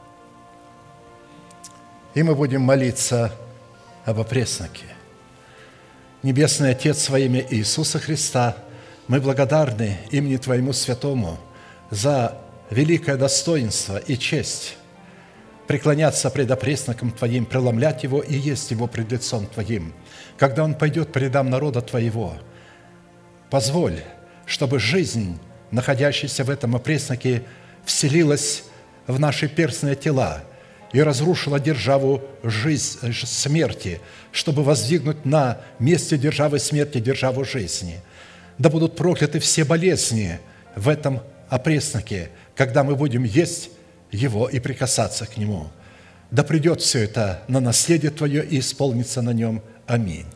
и мы будем молиться об опресноке. Небесный Отец, во имя Иисуса Христа, мы благодарны имени Твоему Святому за великое достоинство и честь преклоняться пред опресноком Твоим, преломлять его и есть его пред лицом Твоим. Когда он пойдет по рядам народа Твоего, позволь, чтобы жизнь, находящаяся в этом опресноке, вселилась в наши перстные тела, и разрушила державу смерти, чтобы воздвигнуть на месте державы смерти державу жизни. Да будут прокляты все болезни в этом опресноке, когда мы будем есть его и прикасаться к нему. Да придет все это на наследие Твое и исполнится на нем. Аминь.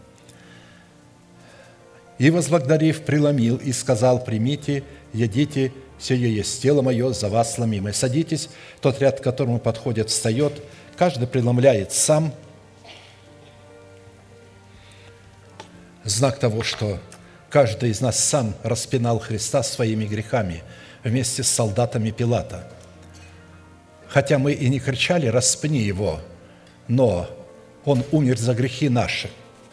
И, возблагодарив, преломил и сказал: примите, едите, сие есть тело мое, за вас сломимое. Садитесь, тот ряд, к которому подходит, встает, каждый преломляет сам. Знак того, что каждый из нас сам распинал Христа своими грехами вместе с солдатами Пилата. Хотя мы и не кричали: распни его, но он умер за грехи наши.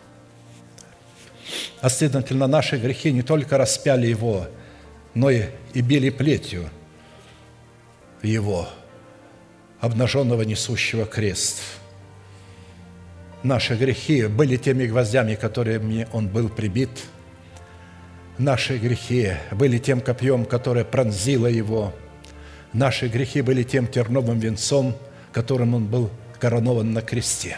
А следовательно, наши грехи не только распяли его, но и били плетью его, обнаженного, несущего крест. Наши грехи были теми гвоздями, которыми он был прибит. Наши грехи были тем копьем, которое пронзило его. Наши грехи были тем терновым венцом, которым он был коронован на кресте.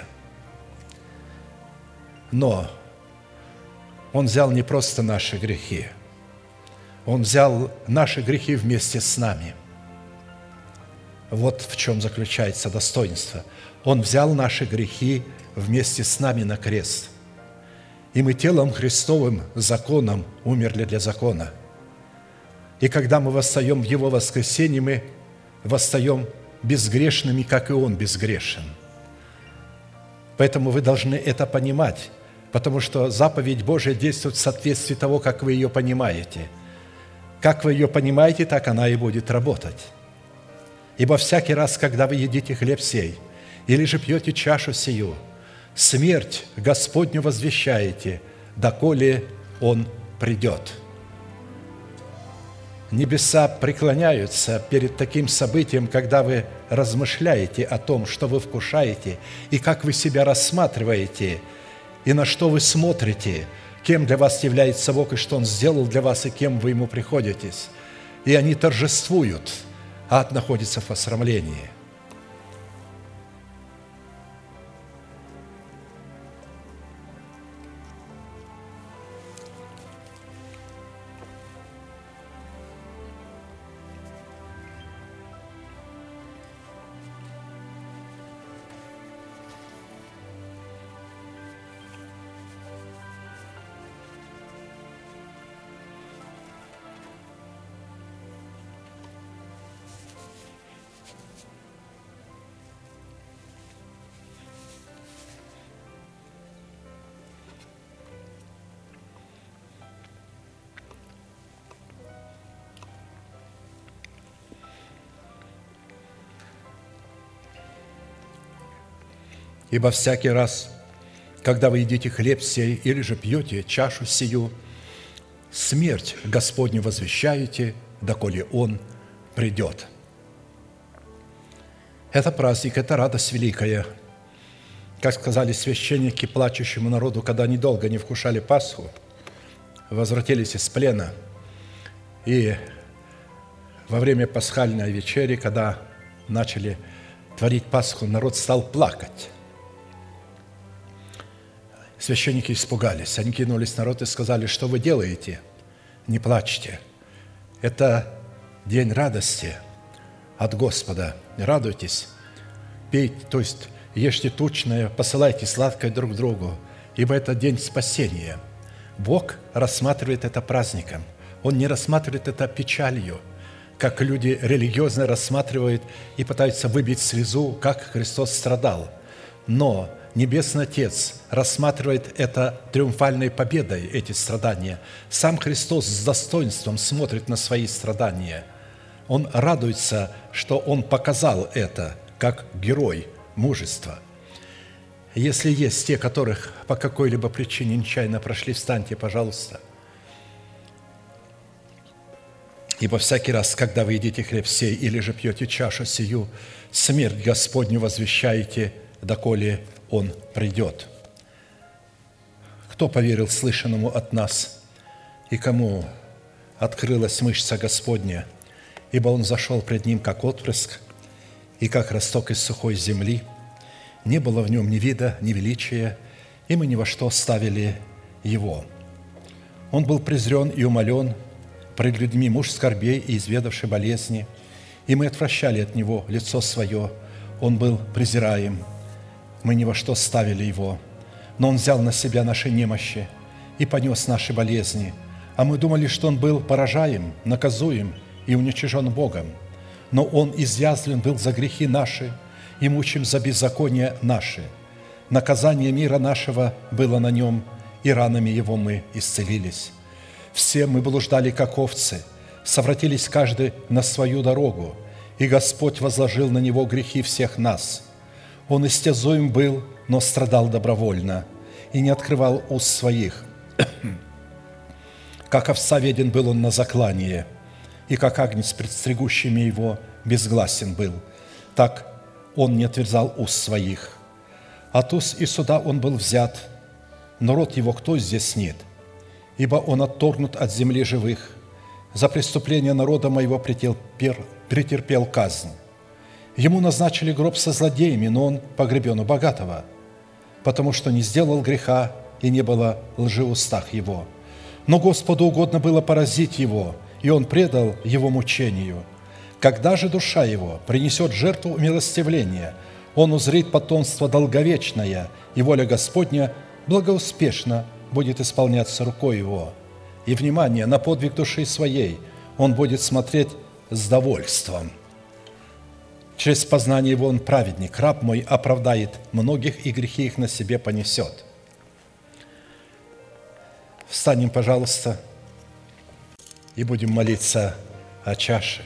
Но он взял не просто наши грехи, он взял наши грехи вместе с нами. Вот в чем заключается достоинство. Он взял наши грехи вместе с нами на крест. И мы телом Христовым, законом, умерли для закона. И когда мы восстаем в Его воскресенье, мы восстаем безгрешными, как и Он безгрешен. Поэтому вы должны это понимать, потому что заповедь Божия действует в соответствии того, как вы ее понимаете. Как вы ее понимаете, так она и будет работать. Ибо всякий раз, когда вы едите хлеб сей, или же пьете чашу сию, смерть Господню возвещаете, доколе Он придет». Небеса преклоняются перед таким событием, когда вы размышляете о том, что вы вкушаете, и как вы себя рассматриваете, и на что вы смотрите, кем для вас является Бог, и что Он сделал для вас, и кем вы Ему приходитесь. И они торжествуют, а ад находится в посрамлении. Ибо всякий раз, когда вы едите хлеб сей или же пьете чашу сию, смерть Господню возвещаете, доколе Он придет». Это праздник, это радость великая. Как сказали священники плачущему народу, когда они долго не вкушали Пасху, возвратились из плена, и во время пасхальной вечери, когда начали творить Пасху, народ стал плакать. Священники испугались, они кинулись в народ и сказали: что вы делаете? Не плачьте. Это день радости от Господа. Радуйтесь, пейте, то есть ешьте тучное, посылайте сладкое друг другу, ибо это день спасения. Бог рассматривает это праздником. Он не рассматривает это печалью, как люди религиозно рассматривают и пытаются выбить слезу, как Христос страдал. Но Небесный Отец рассматривает это триумфальной победой, эти страдания. Сам Христос с достоинством смотрит на свои страдания. Он радуется, что Он показал это, как герой мужества. Если есть те, которых по какой-либо причине нечаянно прошли, встаньте, пожалуйста. Ибо всякий раз, когда вы едите хлеб сей или же пьете чашу сию, смерть Господню возвещаете, доколе Он придет. Кто поверил слышанному от нас, и кому открылась мышца Господня, ибо Он зашел пред Ним, как отпрыск, и как росток из сухой земли. Не было в нем ни вида, ни величия, и мы ни во что ставили его. Он был презрен и умолен пред людьми, муж скорбей и изведавший болезни, и мы отвращали от него лицо свое. Он был презираем, мы ни во что ставили его, но он взял на себя наши немощи и понес наши болезни. А мы думали, что он был поражаем, наказуем и уничижен Богом. Но он изъязвлен был за грехи наши и мучим за беззакония наши. Наказание мира нашего было на нем, и ранами его мы исцелились. Все мы блуждали, как овцы, совратились каждый на свою дорогу, и Господь возложил на него грехи всех нас. Он истязуем был, но страдал добровольно, и не открывал уст своих. Как овца веден был он на заклание, и как агнец пред стригущими его безгласен был, так он не отверзал уст своих. От уст и суда он был взят, но рот его кто здесь нет? Ибо он отторгнут от земли живых. За преступление народа моего претерпел казнь. Ему назначили гроб со злодеями, но он погребен у богатого, потому что не сделал греха, и не было лжи в устах его. Но Господу угодно было поразить его, и он предал его мучению. Когда же душа его принесет жертву умилостивления, он узрит потомство долговечное, и воля Господня благоуспешно будет исполняться рукой его. И, внимание, на подвиг души своей он будет смотреть с довольством. Через познание его он праведник, раб мой оправдает многих, и грехи их на себе понесет. Встанем, пожалуйста, и будем молиться о чаше.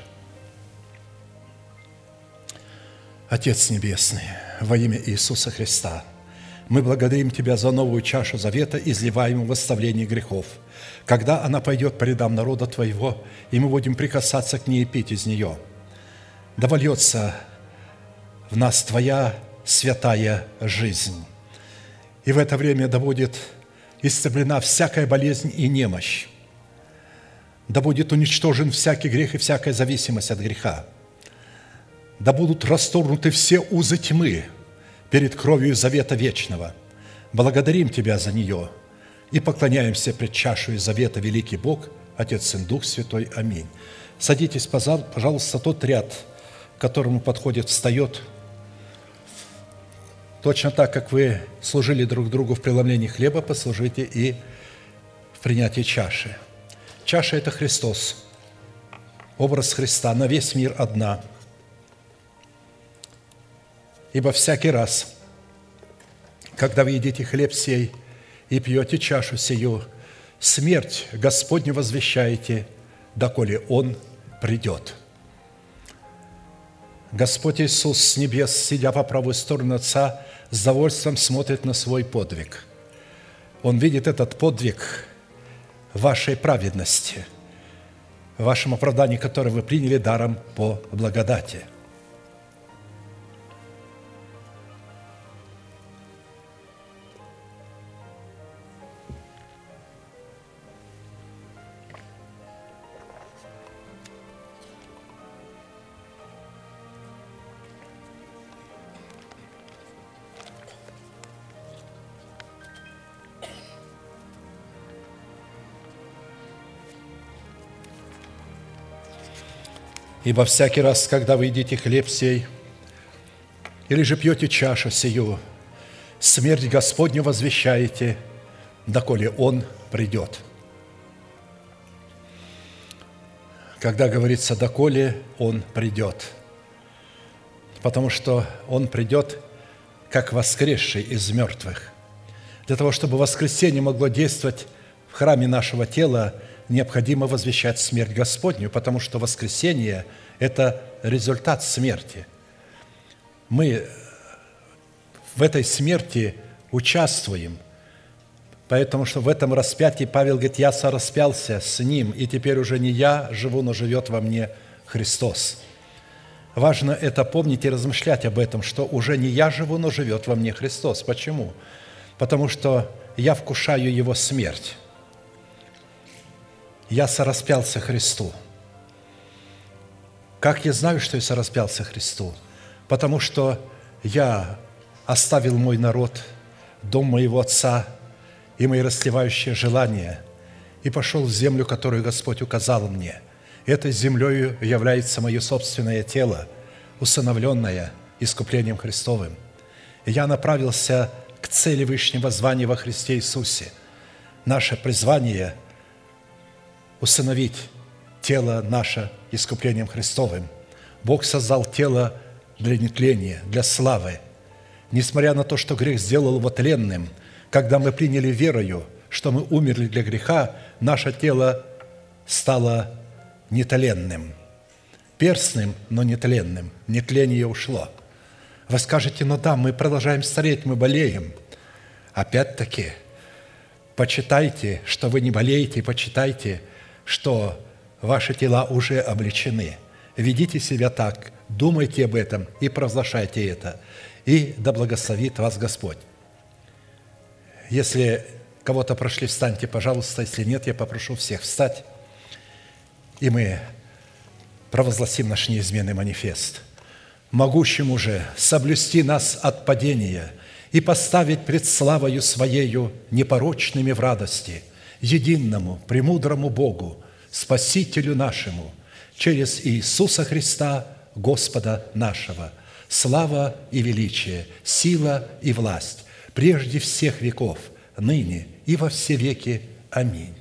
Отец Небесный, во имя Иисуса Христа, мы благодарим Тебя за новую чашу завета, изливаемую в оставлении грехов. Когда она пойдет по рядам народа Твоего, и мы будем прикасаться к ней и пить из нее, да вольется в нас Твоя святая жизнь. И в это время да будет истреблена всякая болезнь и немощь, да будет уничтожен всякий грех и всякая зависимость от греха, да будут расторгнуты все узы тьмы перед кровью завета вечного. Благодарим Тебя за нее и поклоняемся пред чашей завета, великий Бог, Отец, Сын, Дух Святой. Аминь. Садитесь, пожалуйста, тот ряд, к которому подходит, встает. Точно так, как вы служили друг другу в преломлении хлеба, послужите и в принятии чаши. Чаша – это Христос, образ Христа, на весь мир одна. Ибо всякий раз, когда вы едите хлеб сей и пьете чашу сию, смерть Господню возвещаете, доколе Он придет». Господь Иисус с небес, сидя по правую сторону Отца, с довольством смотрит на свой подвиг. Он видит этот подвиг вашей праведности, в вашем оправдании, которое вы приняли даром по благодати. Ибо всякий раз, когда вы едите хлеб сей, или же пьете чашу сию, смерть Господню возвещаете, доколе Он придет. Когда говорится «доколе Он придет», потому что Он придет, как воскресший из мертвых. Для того, чтобы воскресение могло действовать в храме нашего тела, необходимо возвещать смерть Господню, потому что воскресение – это результат смерти. Мы в этой смерти участвуем, поэтому что в этом распятии Павел говорит: «Я сораспялся с Ним, и теперь уже не я живу, но живет во мне Христос». Важно это помнить и размышлять об этом, что уже не я живу, но живет во мне Христос. Почему? Потому что я вкушаю Его смерть. Я сораспялся Христу. Как я знаю, что я сораспялся Христу? потому что я оставил мой народ, дом моего отца и мои растлевающие желания, и пошел в землю, которую Господь указал мне. Этой землею является мое собственное тело, усыновленное искуплением Христовым. И я направился к цели вышнего звания во Христе Иисусе. Наше призвание – усыновить тело наше искуплением Христовым. Бог создал тело для нетления, для славы. Несмотря на то, что грех сделал его тленным, когда мы приняли верою, что мы умерли для греха, наше тело стало нетленным. Перстным, но нетленным. Нетление ушло. Вы скажете: ну да, мы продолжаем стареть, мы болеем. Опять-таки, почитайте, что вы не болеете, почитайте, что ваши тела уже облечены. Ведите себя так, думайте об этом и провозглашайте это. И да благословит вас Господь. Если кого-то прошли, встаньте, пожалуйста. Если нет, я попрошу всех встать. И мы провозгласим наш неизменный манифест. «Могущему же соблюсти нас от падения и поставить пред славою Своею непорочными в радости, единому, премудрому Богу, Спасителю нашему, через Иисуса Христа, Господа нашего, слава и величие, сила и власть, прежде всех веков, ныне и во все веки. Аминь».